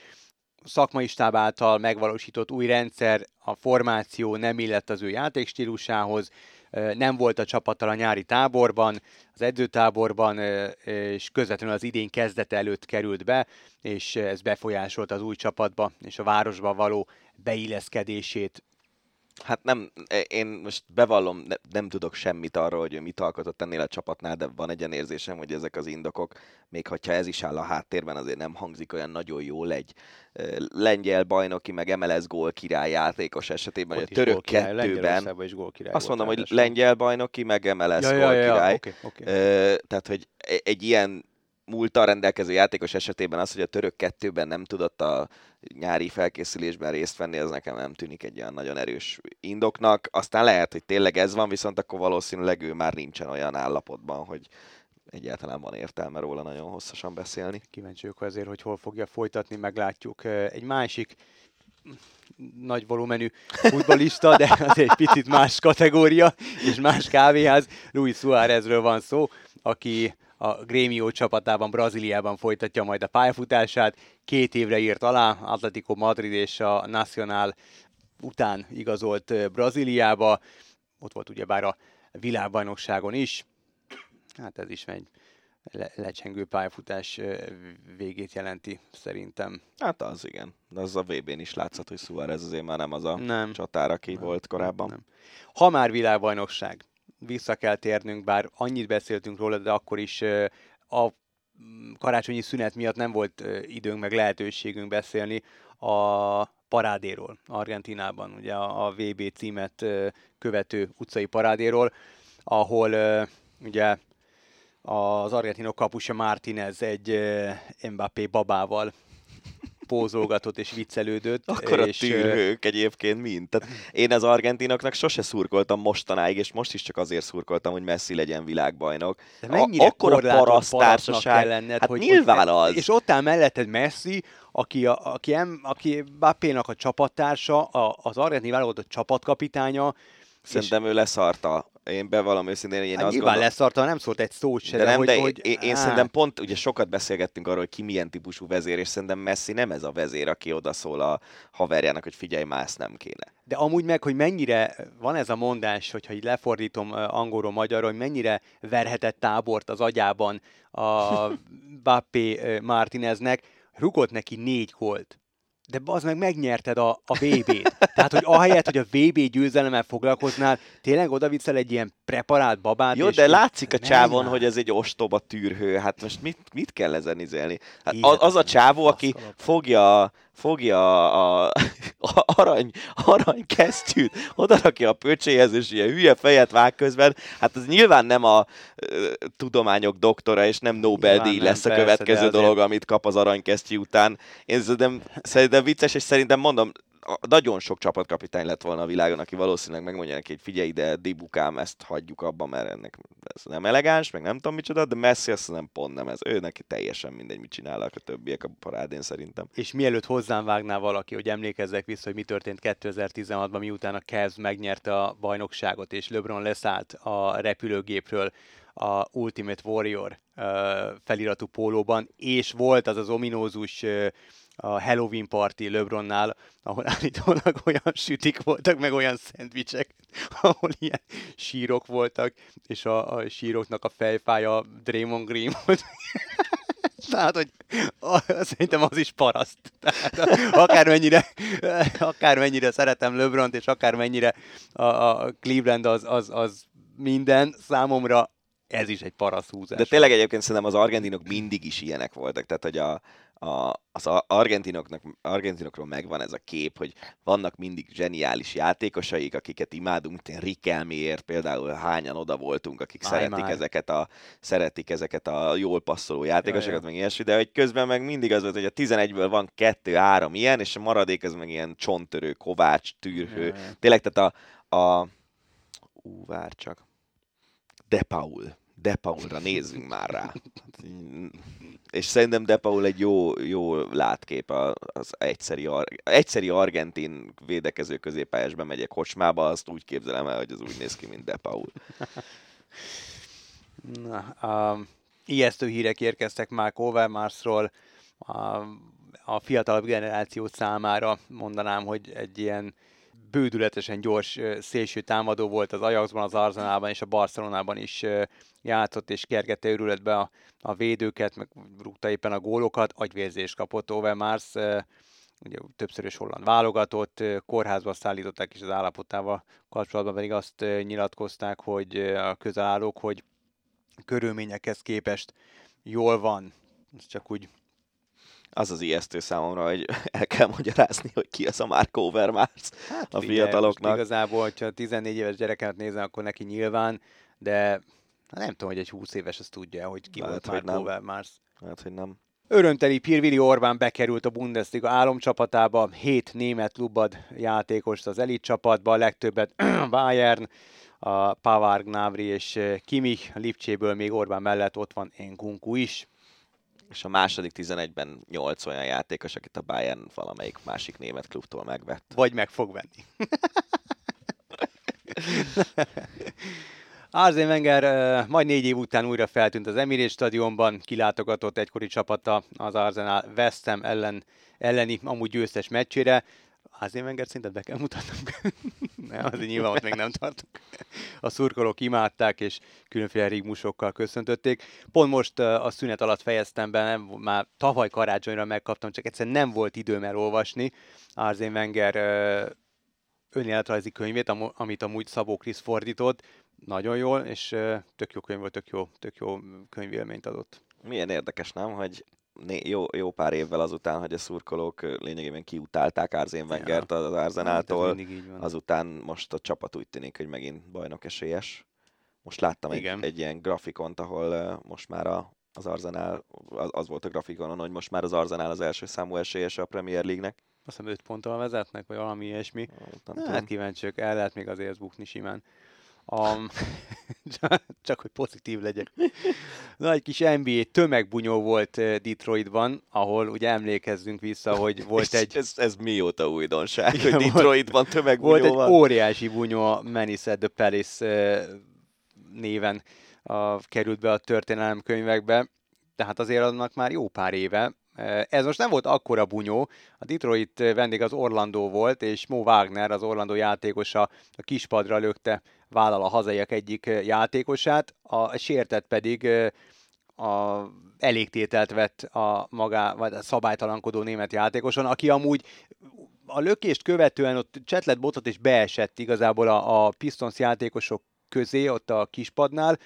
Szakmai stáb által megvalósított új rendszer, a formáció nem illett az ő játékstílusához, nem volt a csapattal a nyári táborban, az edzőtáborban, és közvetlenül az idény kezdete előtt került be, és ez befolyásolta az új csapatba és a városba való beilleszkedését. Hát nem, én most bevallom, ne, nem tudok semmit arról, hogy ő mit alkotott ennél a csapatnál, de van egy olyan érzésem, hogy ezek az indokok, még hogyha ez is áll a háttérben, azért nem hangzik olyan nagyon jól egy lengyel bajnoki, meg em el es gól király játékos esetében, hogy a török kettőben, azt mondom, hogy lengyel bajnoki, meg em el es ja, gól ja, ja, király. Okay, okay. Tehát, hogy egy ilyen múlttal rendelkező játékos esetében az, hogy a török kettőben nem tudott a nyári felkészülésben részt venni, az nekem nem tűnik egy olyan nagyon erős indoknak. Aztán lehet, hogy tényleg ez van, viszont akkor valószínűleg ő már nincsen olyan állapotban, hogy egyáltalán van értelme róla nagyon hosszasan beszélni. Kíváncsi vagyok azért, hogy hol fogja folytatni, meglátjuk. Egy másik nagy volumenű futballista, de az egy picit más kategória és más kávéház. Luis Suárezről van szó, aki a Grêmio csapatában, Brazíliában folytatja majd a pályafutását. Két évre írt alá, Atlético Madrid és a Nacional után igazolt Brazíliába. Ott volt ugyebár a világbajnokságon is. hát ez is egy le- lecsengő pályafutás végét jelenti szerintem. Hát az igen. De az a vé bén is látszott, hogy Suárez azért már nem az a Nem. csatár, aki Nem, volt korábban. Nem, nem. Ha már világbajnokság, vissza kell térnünk, bár annyit beszéltünk róla, de akkor is a karácsonyi szünet miatt nem volt időnk meg lehetőségünk beszélni a parádéról Argentínában, ugye a vé bé címet követő utcai parádéról, ahol ugye az argentinok kapusa Martínez egy Mbappé babával pózolgatott és viccelődött. Akkor a és tűrhők egyébként mind. Tehát én az argentinoknak sose szurkoltam mostanáig, és most is csak azért szurkoltam, hogy Messi legyen világbajnok. De mennyire akkora paraszttársaság, kell lenned, hát hogy, nyilván hogy, az. És ott áll melletted Messi, aki, a, aki, em, aki Mbappénak a csapattársa, a, az argentin válogatott csapatkapitánya. Szerintem ő leszarta. Én bevallom őszintén, én Hát azt nyilván gondolom... leszarta, nem szólt egy szót se, De, de nem, hogy, de hogy, én, én á, szerintem pont, ugye sokat beszélgettünk arról, hogy ki milyen típusú vezér, és szerintem Messi nem ez a vezér, aki odaszól a haverjának, hogy figyelj, már ezt nem kéne. De amúgy meg, hogy mennyire, van ez a mondás, hogyha így lefordítom angolról magyarra, hogy mennyire verhetett tábort az agyában a Mbappé Martíneznek, rugott neki négy gólt. De az meg megnyerted a, a vé bét. Tehát, hogy ahelyett, hogy a vé bé győzelemmel foglalkoznál, tényleg odavicel egy ilyen preparált babát. Jó, és de látszik a csávon, már. hogy ez egy ostoba tűrhő. Hát most mit, mit kell ezen izélni? Hát Igen, az, az a csávó, aki faszkalap. fogja, fogja a, a arany, arany kesztyűt, odarakja a pöcséhez, és ilyen hülye fejet vág közben. Hát ez nyilván nem a ö, tudományok doktora, és nem Nobel-díj Nyilván lesz nem, a persze, következő de azért- dolog, amit kap az aranykesztyű után. Én szerintem, szerintem vicces, és szerintem mondom, a- nagyon sok csapatkapitány lett volna a világon, aki valószínűleg megmondja neki, hogy figyelj ide, Dibukám, ezt hagyjuk abba, mert ennek ez nem elegáns, meg nem tudom micsoda, de Messi azt nem pont nem ez. Ő neki teljesen mindegy, mit csinálnak a többiek a parádén szerintem. És mielőtt hozzám vágná valaki, hogy emlékezzek vissza, hogy mi történt kétezer-tizenhatban, miután a Cavs megnyerte a bajnokságot, és LeBron leszállt a repülőgépről a Ultimate Warrior uh, feliratú pólóban, és volt az az ominózus uh, a Halloween party LeBronnál, ahol állítólag olyan sütik voltak, meg olyan szendvicsek, ahol ilyen sírok voltak, és a, a síroknak a fejfája Draymond Green volt. Tehát, hogy a, szerintem az is paraszt. Tehát, akármennyire, akármennyire szeretem LeBront, és akármennyire a, a Cleveland az, az, az minden, számomra ez is egy paraszt húzás. De tényleg egyébként szerintem az argentinok mindig is ilyenek voltak, tehát hogy a, a, az argentinoknak, argentinokról megvan ez a kép, hogy vannak mindig zseniális játékosaik, akiket imádunk, mint Riquelméért például hányan oda voltunk, akik Máj, szeretik máj. ezeket a, szeretik ezeket a jól passzoló játékosokat, Ja, ja. meg ilyesmi, de hogy közben meg mindig az volt, hogy a tizenegyből van kettő-három ilyen, és a maradék az meg ilyen csonttörő, kovács, tűrhő. Ja, ja. Tényleg, tehát a, a ú, vár csak. De Paul. De Paulra nézzünk már rá. És szerintem De Paul egy jó, jó látkép az egyszeri, ar- egyszeri argentin védekező középpályás bemegy egy kocsmába, azt úgy képzelem el, hogy az úgy néz ki, mint De Paul. Na, um, ijesztő hírek érkeztek már Overmarsról. A, a fiatalabb generáció számára mondanám, hogy egy ilyen bődületesen gyors ö, szélső támadó volt az Ajaxban, az Arsenalban és a Barcelonában is ö, játszott, és kergette őrületbe a, a védőket, meg rúgta éppen a gólokat, agyvérzést kapott Overmars, ö, ugye többszörös holland válogatott, ö, kórházba szállították, és az állapotával kapcsolatban pedig azt ö, nyilatkozták, hogy ö, a közelállók, hogy körülményekhez képest jól van. Ez csak úgy Az az ijesztő számomra, hogy el kell magyarázni, hogy ki az a Marco Overmars hát a figyelj, fiataloknak. most igazából, hogyha tizennégy éves gyereket nézem, akkor neki nyilván, de hát nem tudom, hogy egy húsz éves azt tudja, hogy ki Hát, volt hogy Marco nem. Overmars. Hát, hogy nem. Örömteli Pirvili Orbán bekerült a Bundesliga álomcsapatába, hét német klubad játékost az elit csapatba, a legtöbbet Bayern, a Pavard, Gnabry és Kimmich, Lipcséből még Orbán mellett ott van Nkunku is. És a második tizenegyben nyolc olyan játékos, akit a Bayern valamelyik másik német klubtól megvett. Vagy meg fog venni. Arsene Wenger uh, majd négy év után újra feltűnt az Emirates stadionban, kilátogatott egykori csapata az Arsenal West Ham ellen, elleni amúgy győztes meccsére. Arsene Wenger szintet be kell mutatnunk. Nem, azért nyilván ott még nem tartunk. A szurkolók imádták, és különféle rigmusokkal köszöntötték. Pont most a szünet alatt fejeztem be, nem, már tavaly karácsonyra megkaptam, csak egyszerűen nem volt időm elolvasni Arsene Wenger önéletrajzi könyvét, amit amúgy Szabó Krisz fordított. Nagyon jól, és tök jó könyv volt, tök jó, tök jó könyvélményt adott. Milyen érdekes, nem, hogy Jó, jó pár évvel azután, hogy a szurkolók lényegében kiutálták Arsene Wengert az Arsenaltól, azután most a csapat úgy tűnik, hogy megint bajnok esélyes. Most láttam egy, egy ilyen grafikont, ahol most már a, az Arsenal, az, az volt a grafikonon, hogy most már az Arsenal az első számú esélyese a Premier League-nek. Azt hiszem öt ponttal vezetnek, vagy valami ilyesmi. Na, hát kíváncsiak, el lehet még azért bukni simán. Um, csak hogy pozitív legyek. Na, egy kis en bé á tömegbunyó volt Detroitban, ahol ugye emlékezzünk vissza, hogy volt ez, egy... Ez, ez mióta újdonság, igen, hogy Detroitban tömegbunyó volt van? Volt egy óriási bunyó, a Menace at the Palace néven a, került be a történelemkönyvekbe, tehát azért annak már jó pár éve. Ez most nem volt akkora bunyó, a Detroit vendég az Orlando volt, és Mo Wagner, az Orlando játékosa a kispadra lökte vállal a hazaiak egyik játékosát, a sértett pedig a elégtételt vett a magá, vagy a szabálytalankodó német játékoson, aki amúgy a lökést követően ott csetlett botot és beesett igazából a, a Pistons játékosok közé, ott a kispadnál,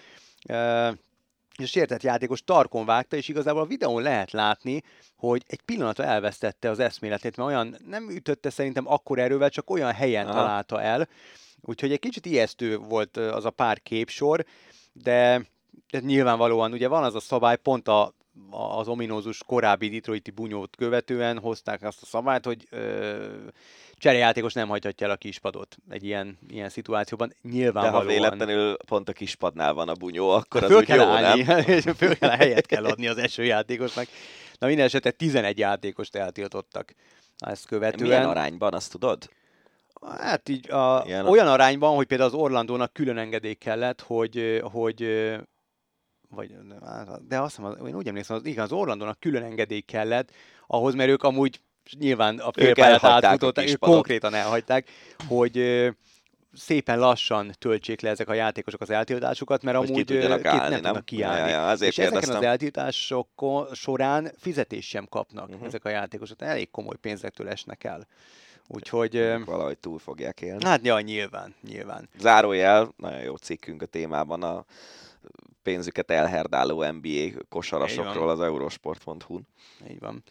és a sértett játékos tarkon vágta, és igazából a videón lehet látni, hogy egy pillanatra elvesztette az eszméletét, mert olyan nem ütötte szerintem akkor erővel, csak olyan helyen Aha. találta el. Úgyhogy egy kicsit ijesztő volt az a pár képsor, de, de nyilvánvalóan ugye van az a szabály, pont a, az ominózus korábbi detroiti bunyót követően hozták azt a szabályt, hogy ö, cserejátékos nem hagyhatja el a kispadot egy ilyen, ilyen szituációban. Nyilvánvalóan. De ha véletlenül pont a kispadnál van a bunyó, akkor az föl úgy kell jó, állni, nem? És föl kell helyet kell adni az esőjátékosnak. Na minden esetre tizenegy játékost eltiltottak ezt követően. Milyen arányban, azt tudod? Hát így a, olyan arányban, hogy például az Orlandónak külön engedély kellett, hogy, hogy vagy, de azt hiszem, én úgy emlékszem, az, igen, az Orlandónak külön engedély kellett, ahhoz, mert ők amúgy nyilván a félpályát átfutották, ők konkrétan elhagyták, hogy szépen lassan töltsék le ezek a játékosok az eltiltásukat, mert hogy amúgy ki tudjanak állni, nem tudnak kiállni. Ja, ja, és ezeken az eltiltások során fizetést sem kapnak uh-huh. ezek a játékosok. Elég komoly pénzektől esnek el. Úgyhogy... Valahogy túl fogják élni. Hát ja, nyilván, nyilván. Zárójel, nagyon jó cikkünk a témában, a pénzüket elherdáló en bé á kosarasokról az eurosport pont hu-n. Így van.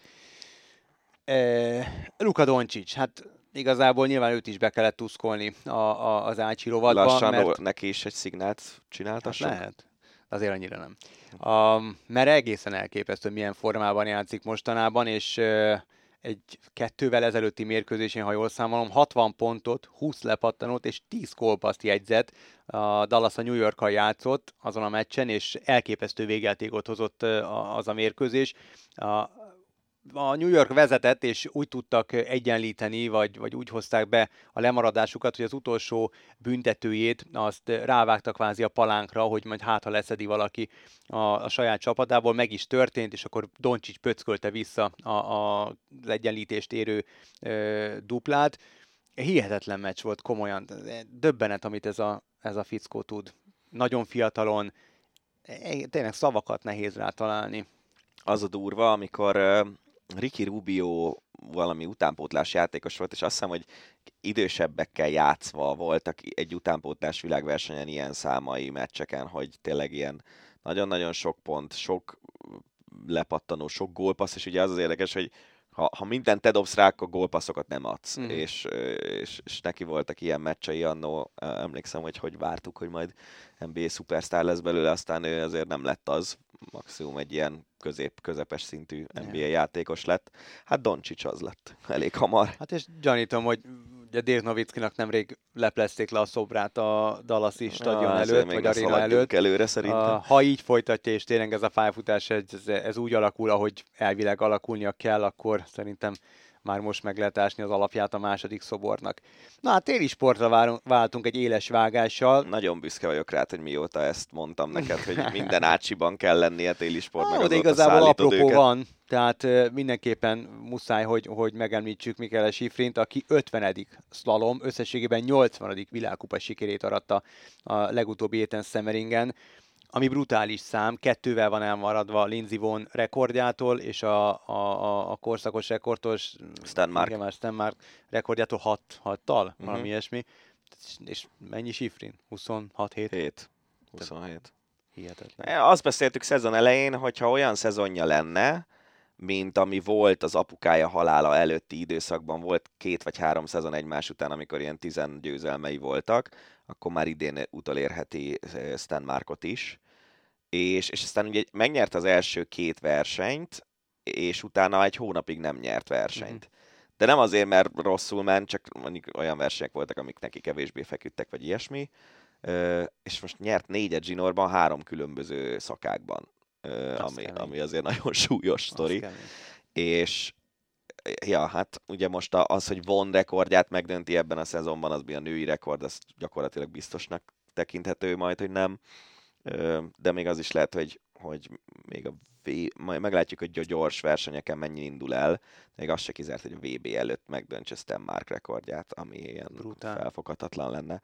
E, Luka Doncic, hát igazából nyilván őt is be kellett tuszkolni a, a, az Ácsi rovatban. Lassan mert... neki is egy szignált csináltassuk? Hát lehet, azért annyira nem. A, mert egészen elképesztő, milyen formában játszik mostanában, és egy kettővel ezelőtti mérkőzésén, ha jól számolom, hatvan pontot, húsz lepattanót és tíz gólpasszt jegyzett. A Dallas a New Yorkkal játszott azon a meccsen, és elképesztő végjátékot hozott az a mérkőzés. A, a New York vezetett, és úgy tudtak egyenlíteni, vagy, vagy úgy hozták be a lemaradásukat, hogy az utolsó büntetőjét azt rávágtak kvázi a palánkra, hogy majd hát, ha leszedi valaki a, a saját csapatából, meg is történt, és akkor Doncic pöckölte vissza a, a, az egyenlítést érő ö, duplát. Hihetetlen meccs volt, komolyan. Döbbenet, amit ez a, ez a fickó tud. Nagyon fiatalon, tényleg szavakat nehéz rá találni. Az a durva, amikor uh, Ricky Rubio valami utánpótlás játékos volt, és azt hiszem, hogy idősebbekkel játszva voltak egy utánpótlás világversenyen ilyen számai meccseken, hogy tényleg ilyen nagyon-nagyon sok pont, sok lepattanó, sok gólpassz, és ugye az az érdekes, hogy ha, ha mindent te dobsz rá, akkor gólpasszokat nem adsz, mm. és, és, és neki voltak ilyen meccsei annó, emlékszem, hogy hogy vártuk, hogy majd en bé á szupersztár lesz belőle, aztán ő azért nem lett az, maximum egy ilyen közép, közepes szintű en bé á játékos lett. Hát Doncic az lett elég hamar. Hát és gyanítom, hogy ugye Dirk Nowitzkinak nemrég leplezték le a szobrát a Dallasi stadion ja, előtt, vagy aréna előtt. Előre, szerintem. Uh, ha így folytatja, és tényleg ez a pályafutás, ez, ez úgy alakul, ahogy elvileg alakulnia kell, akkor szerintem már most meg lehet ásni az alapját a második szobornak. Na hát téli sportra várunk, váltunk egy éles vágással. Nagyon büszke vagyok rá, hogy mióta ezt mondtam neked, hogy minden Ácsiban kell lennie téli sportnak. Ah, de igazából apropó van, tehát uh, mindenképpen muszáj, hogy, hogy megemlítsük Michele Schifrint, aki ötvenedik szlalom, összességében nyolcvanadik világkupa sikerét aratta a legutóbbi héten Semmeringen, ami brutális szám, kettővel van elmaradva Lindsey Vonn rekordjától, és a, a, a, a korszakos rekordtos Stenmark. Stenmark rekordjától hat, hattal, uh-huh. valami ilyesmi. És mennyi Schifrin? huszonhat hét? hét. huszonhét. Hihetetlen. Azt beszéltük szezon elején, hogyha olyan szezonja lenne, mint ami volt az apukája halála előtti időszakban, volt két vagy három szezon egymás után, amikor ilyen tizen győzelmei voltak, akkor már idén utolérheti Stenmarkot is. És, és aztán ugye megnyerte az első két versenyt, és utána egy hónapig nem nyert versenyt. Mm. De nem azért, mert rosszul ment, csak mondjuk olyan versenyek voltak, amik neki kevésbé feküdtek, vagy ilyesmi. És most nyert négyet zsinórban, három különböző szakákban. Ami, ami azért nagyon súlyos sztori. És ja, hát ugye most az, hogy Vonn rekordját megdönti ebben a szezonban, az a női rekord, az gyakorlatilag biztosnak tekinthető majd, hogy nem. De még az is lehet, hogy, hogy még a v... majd meglátjuk, hogy a gyors versenyeken mennyi indul el. Még az se kizárt, hogy a vé bé előtt megdöntse Stenmark rekordját, ami ilyen brutál, felfoghatatlan lenne.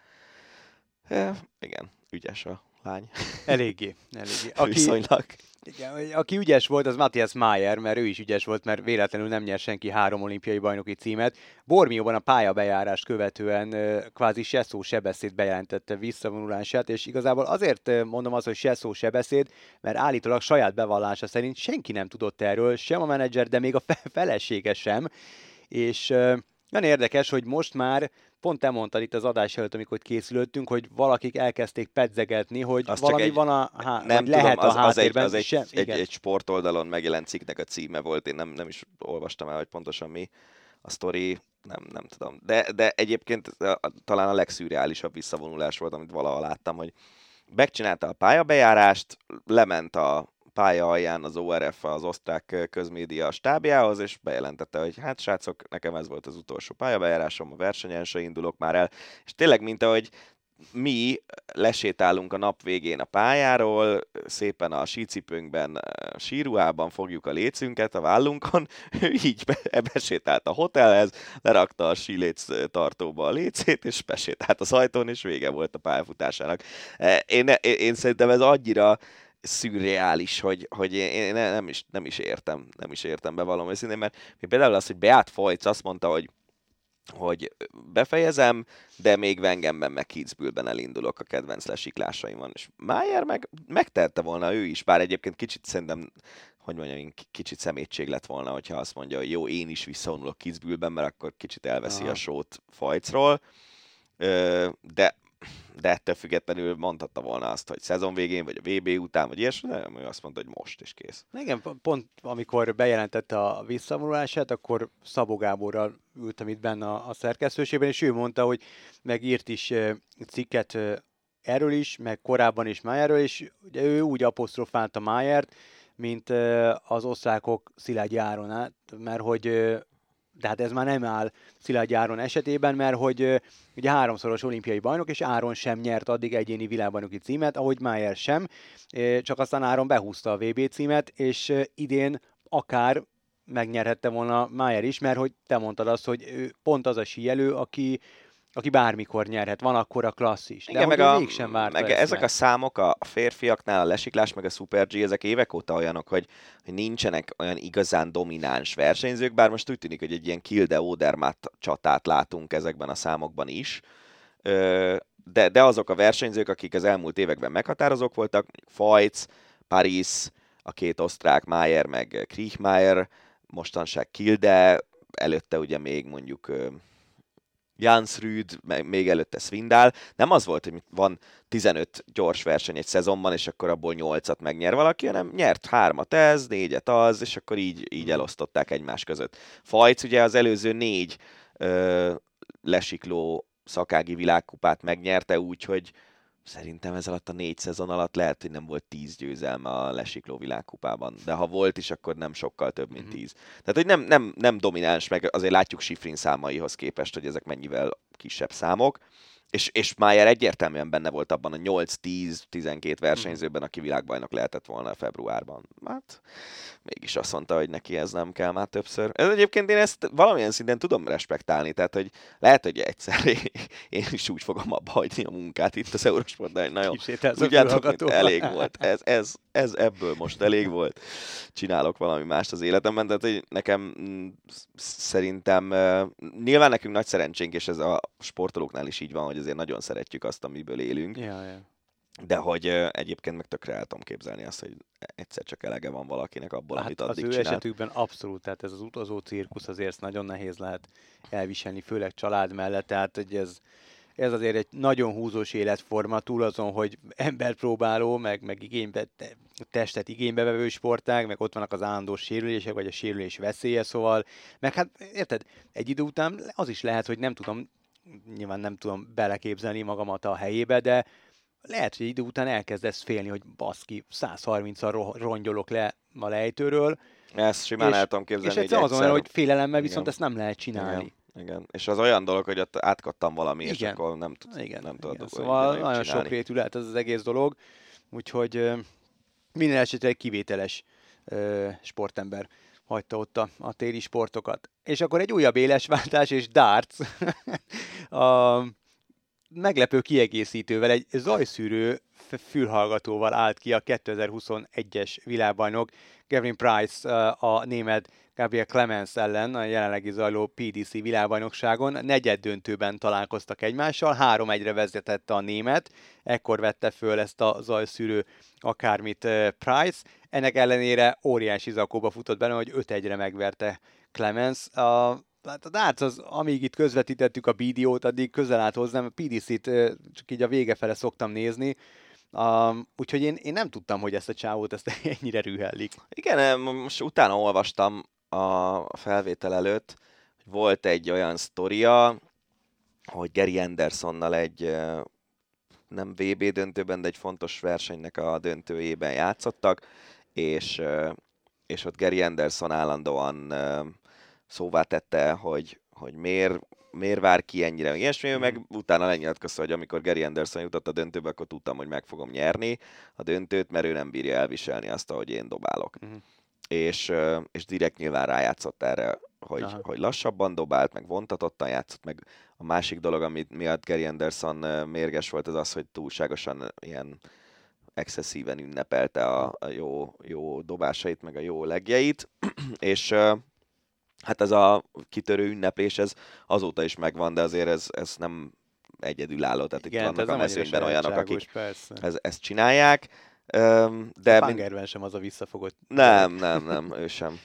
E, igen, ügyes a lány. Eléggé, eléggé. Aki, Viszonylag. Igen, aki ügyes volt, az Matthias Mayer, mert ő is ügyes volt, mert véletlenül nem nyer senki három olimpiai bajnoki címet. Bormióban a pályabejárást követően uh, kvázi Seszó Sebeszéd bejelentette visszavonulását, és igazából azért uh, mondom azt, hogy Seszó Sebeszéd, mert állítólag saját bevallása szerint senki nem tudott erről, sem a menedzser, de még a fe- felesége sem. És uh, nagyon érdekes, hogy most már pont te mondtad itt az adás előtt, amikor készülöttünk, hogy valakik elkezdték pedzegetni, hogy az valami egy, van a há- nem lehet tudom, az, a háttérben. Az egy, az sem, egy, egy, egy sportoldalon megjelent cikknek a címe volt, én nem, nem is olvastam el, hogy pontosan mi a sztori, nem, nem tudom. De, de egyébként talán a legszürreálisabb visszavonulás volt, amit valaha láttam, hogy megcsinálta a pályabejárást, lement a pálya alján az o er ef, az osztrák közmédia stábjához, és bejelentette, hogy hát srácok, nekem ez volt az utolsó pályabejárásom, a versenyen se indulok már el. És tényleg, mint ahogy mi lesétálunk a nap végén a pályáról, szépen a sícipőnkben, a síruhában fogjuk a lécünket a vállunkon, ő így be, besétált a hotelhez, lerakta a síléc tartóba a lécét, és besétált az ajtón, és vége volt a pályafutásának. Én, én, én szerintem ez annyira szürreális, hogy, hogy én nem is, nem is értem, nem is értem bevallom őszintén, mert például az, hogy Beat Feuz azt mondta, hogy hogy befejezem, de még Wengenben meg Kitzbühelben elindulok a kedvenc lesiklásaimon. És Mayer meg megtehette volna ő is, bár egyébként kicsit szerintem, hogy mondjam, kicsit szemétség lett volna, hogyha azt mondja, hogy jó, én is visszavonulok Kitzbühelben, mert akkor kicsit elveszi Aha. a sót Feuzról. De de ettől függetlenül mondhatta volna azt, hogy szezon végén, vagy a vé bé után, vagy ilyesmi, de ő azt mondta, hogy most is kész. Igen, pont amikor bejelentette a visszavonulását, akkor Szabó Gáborral ültem itt benne a, a szerkesztőségben, és ő mondta, hogy megírt is cikket erről is, meg korábban is Mayerről, és ugye ő úgy apostrofálta Mayert, mint az osztrákok Szilágyi Áronát, mert hogy de hát ez már nem áll Szilágyi Áron esetében, mert hogy uh, ugye háromszoros olimpiai bajnok, és Áron sem nyert addig egyéni világbajnoki címet, ahogy Mayer sem, uh, csak aztán Áron behúzta a vé bé címet, és uh, idén akár megnyerhette volna Mayer is, mert hogy te mondtad azt, hogy ő pont az a síelő, aki, aki bármikor nyerhet, van akkora klassz is. De igen, meg, a, mégsem várta meg ezek meg. A számok a férfiaknál, a lesiklás, meg a Super G, ezek évek óta olyanok, hogy, hogy nincsenek olyan igazán domináns versenyzők, bár most úgy tűnik, hogy egy ilyen Kilde Odermatt csatát látunk ezekben a számokban is. De, de azok a versenyzők, akik az elmúlt években meghatározók voltak, Feuz, Paris, a két osztrák, Mayer meg Kriechmayr, mostanság Kilde, előtte ugye még mondjuk Jansrud, még előtte Svindal. Nem az volt, hogy van tizenöt gyors verseny egy szezonban, és akkor abból nyolcat megnyer valaki, hanem nyert hármat ez, négyet az, és akkor így, így elosztották egymás között. Feuz ugye az előző négy ö, lesikló szakági világkupát megnyerte úgy, hogy szerintem ez alatt a négy szezon alatt lehet, hogy nem volt tíz győzelme a lesikló világkupában, de ha volt is, akkor nem sokkal több, mint tíz. Tehát, hogy nem, nem, nem domináns, meg azért látjuk Schifrin számaihoz képest, hogy ezek mennyivel kisebb számok, és, és Mayer egyértelműen benne volt abban a nyolc-tíz-tizenkét versenyzőben, aki világbajnok lehetett volna februárban. Hát mégis azt mondta, hogy neki ez nem kell már többször. Ez egyébként én ezt valamilyen szinten tudom respektálni, tehát hogy lehet, hogy egyszer én is úgy fogom abba hagyni a munkát itt az Eurosportban, hogy nagyon tudjátok, hogy elég volt. Ez, ez, ez ebből most elég volt. Csinálok valami mást az életemben, tehát hogy nekem mm, szerintem nyilván nekünk nagy szerencsénk, és ez a sportolóknál is így van, hogy azért nagyon szeretjük azt, amiből élünk. Ja, ja. De hogy uh, egyébként meg tökre el tudom képzelni azt, hogy egyszer csak elege van valakinek abból, hát amit az addig ő csinál. esetükben abszolút, tehát ez az utazó cirkusz azért nagyon nehéz lehet elviselni, főleg család mellett, tehát hogy ez, ez azért egy nagyon húzós életforma, túl azon, hogy emberpróbáló, meg, meg igénybe, testet igénybe vevő sportág, meg ott vannak az állandó sérülések, vagy a sérülés veszélye, szóval, meg hát érted, egy idő után az is lehet, hogy nem tudom, nyilván nem tudom beleképzelni magamat a helyébe, de lehet, hogy idő után elkezdesz félni, hogy baszki, száz harmincszor rongyolok le a lejtőről. Ezt simán és, el tudom képzelni. És egyszer azon van, hogy félelemmel viszont igen. ezt nem lehet csinálni. Igen, igen. És az olyan dolog, hogy ott átkattam valami, igen. és akkor nem, tud, igen. nem tudod. Igen. Szóval nagyon sokrétű lehet ez az egész dolog, úgyhogy minden esetre egy kivételes uh, sportember hagyta ott a, a téli sportokat. És akkor egy újabb élesváltás, és darts. a meglepő kiegészítővel, egy zajszűrő fülhallgatóval állt ki a kétezer-huszonegyes világbajnok Gavin Price a német Gabriel Clemens ellen a jelenlegi zajló pé dé cé világbajnokságon. Negyed döntőben találkoztak egymással, három egyre vezetett a német, ekkor vette föl ezt a zajszűrő akármit Price. Ennek ellenére óriási zakóba futott benne, hogy öt egyre megverte Clemens. A Hát a darts az, amíg itt közvetítettük a bídiót, addig közel állt hozzám, a pé dé cét csak így a vége fele szoktam nézni, um, úgyhogy én, én nem tudtam, hogy ezt a csávót ezt ennyire rühellik. Igen, most utána olvastam a felvétel előtt, hogy volt egy olyan sztoria, hogy Gary Andersonnal egy nem vé bé döntőben, de egy fontos versenynek a döntőjében játszottak, és, és ott Gary Anderson állandóan szóvá tette, hogy, hogy miért, miért vár ki ennyire, ilyesmi, mm. meg utána lenyilatkozta, hogy amikor Gary Anderson jutott a döntőbe, akkor tudtam, hogy meg fogom nyerni a döntőt, mert ő nem bírja elviselni azt, ahogy én dobálok. Mm. És, és direkt nyilván rájátszott erre, hogy, hogy lassabban dobált, meg vontatottan játszott, meg a másik dolog, amit miatt Gary Anderson mérges volt, az az, hogy túlságosan ilyen excesszíven ünnepelte a, a jó, jó dobásait, meg a jó legjeit, és hát ez a kitörő ünneplés, ez azóta is megvan, de azért ez, ez nem egyedülálló, tehát igen, itt vannak a mezőnyben olyanok, akik ez, ezt csinálják. De a Fangerben sem az a visszafogott. Nem, nem, nem, ő sem.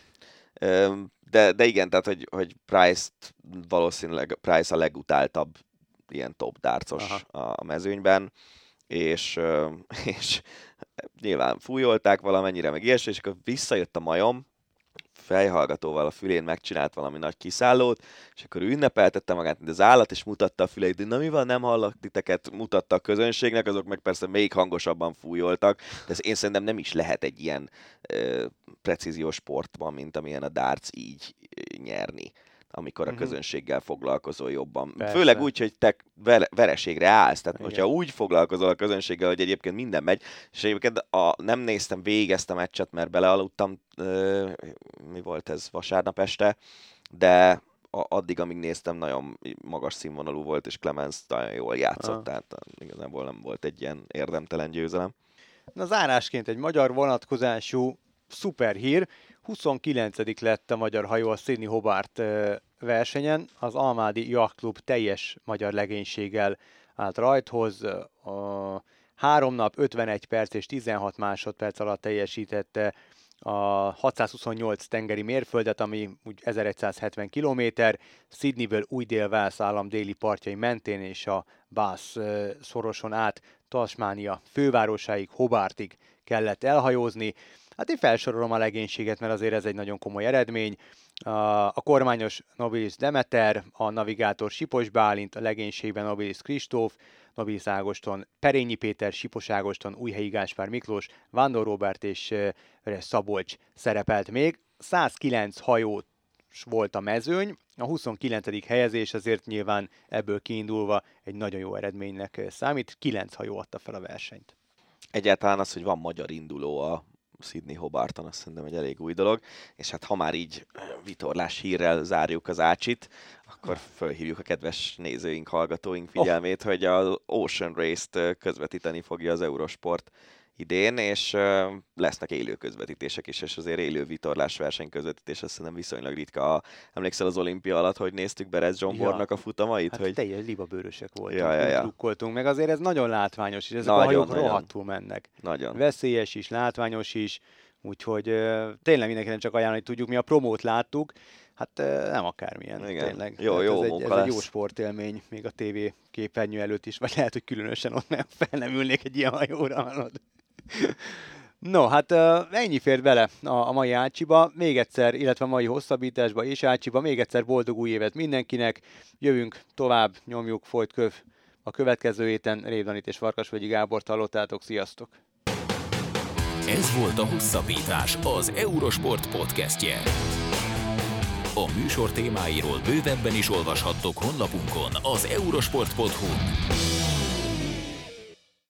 De, de igen, tehát hogy, hogy Price valószínűleg Price a legutáltabb ilyen top dartsos a mezőnyben, és, és nyilván fújolták valamennyire, meg ilyesmi, és akkor visszajött a majom, fejhallgatóval a fülén megcsinált valami nagy kiszállót, és akkor ünnepeltette magát, mint az állat, és mutatta a füleit, de na mi van, nem hallak titeket, mutatta a közönségnek, azok meg persze még hangosabban fújoltak, de ez én szerintem nem is lehet egy ilyen ö, precíziós sportban, mint amilyen a darts így nyerni, amikor a közönséggel foglalkozol jobban. Persze. Főleg úgy, hogy te vereségre állsz, tehát igen. Hogyha úgy foglalkozol a közönséggel, hogy egyébként minden megy, és egyébként a, nem néztem végig ezt a meccset, mert belealudtam, euh, mi volt ez, vasárnap este, de a, addig, amíg néztem, nagyon magas színvonalú volt, és Clemens nagyon jól játszott, ah. tehát igazából nem volt egy ilyen érdemtelen győzelem. Na zárásként egy magyar vonatkozású szuper hír, huszonkilencedik lett a magyar hajó a Sydney Hobart versenyen, az Almádi Yacht Club teljes magyar legénységgel állt rajthoz, a három nap, ötvenegy perc és tizenhat másodperc alatt teljesítette a hatszázhuszonnyolc tengeri mérföldet, ami úgy ezeregyszázhetven kilométer, Sydneyből Új-Dél-Wales állam déli partjai mentén és a Bass szoroson át Tasmánia fővárosáig, Hobartig kellett elhajózni. Hát én felsorolom a legénységet, mert azért ez egy nagyon komoly eredmény. A kormányos Nobilis Demeter, a navigátor Sipos Bálint, a legénységben Nobilis Kristóf, Nobilis Ágoston, Perényi Péter, Sipos Ágoston, Újhelyi Gáspár Miklós, Vándor Róbert és Szabolcs szerepelt még. százkilenc hajó volt a mezőny, a huszonkilencedik helyezés azért nyilván ebből kiindulva egy nagyon jó eredménynek számít, kilenc hajó adta fel a versenyt. Egyáltalán az, hogy van magyar induló a Sydney Hobarton, azt szerintem egy elég új dolog, és hát ha már így vitorlás hírrel zárjuk az Ácsit, akkor fölhívjuk a kedves nézőink, hallgatóink figyelmét, oh. hogy az Ocean Race-t közvetíteni fogja az Eurosport idén, és uh, lesznek élő közvetítések is, és azért élő vitorlás verseny közvetítés, azt szerintem viszonylag ritka. Emlékszel az olimpia alatt, hogy néztük Berez Zsombornak ja. a futamait? Hát hogy... teljes libabőrösek voltunk, ja, ja, ja. drukkoltunk, meg azért ez nagyon látványos, és ezek nagyon, a hajók nagyon. rohadtul mennek. Nagyon. Veszélyes is, látványos is, úgyhogy uh, tényleg mindenkinek csak ajánlani tudjuk, mi a promót láttuk, hát uh, nem akármilyen, igen. tényleg. Jó, hát jó ez, egy, ez lesz. egy jó sportélmény, még a tévé képernyő előtt is, vagy lehet, hogy különösen ott nem fel nem ülnék egy ilyen hajóra, hallod. No, hát ennyi fért bele a, a mai Ácsiba, még egyszer, illetve a mai hosszabbításba és Ácsiba, még egyszer boldog új évet mindenkinek, jövünk tovább, nyomjuk, folyt köv a következő héten, Rév Danit és Farkasvölgyi Gábort hallottátok, sziasztok! Ez volt a Hosszabbítás, az Eurosport podcastje. A műsor témáiról bővebben is olvashattok honlapunkon, az eurosport pont hu.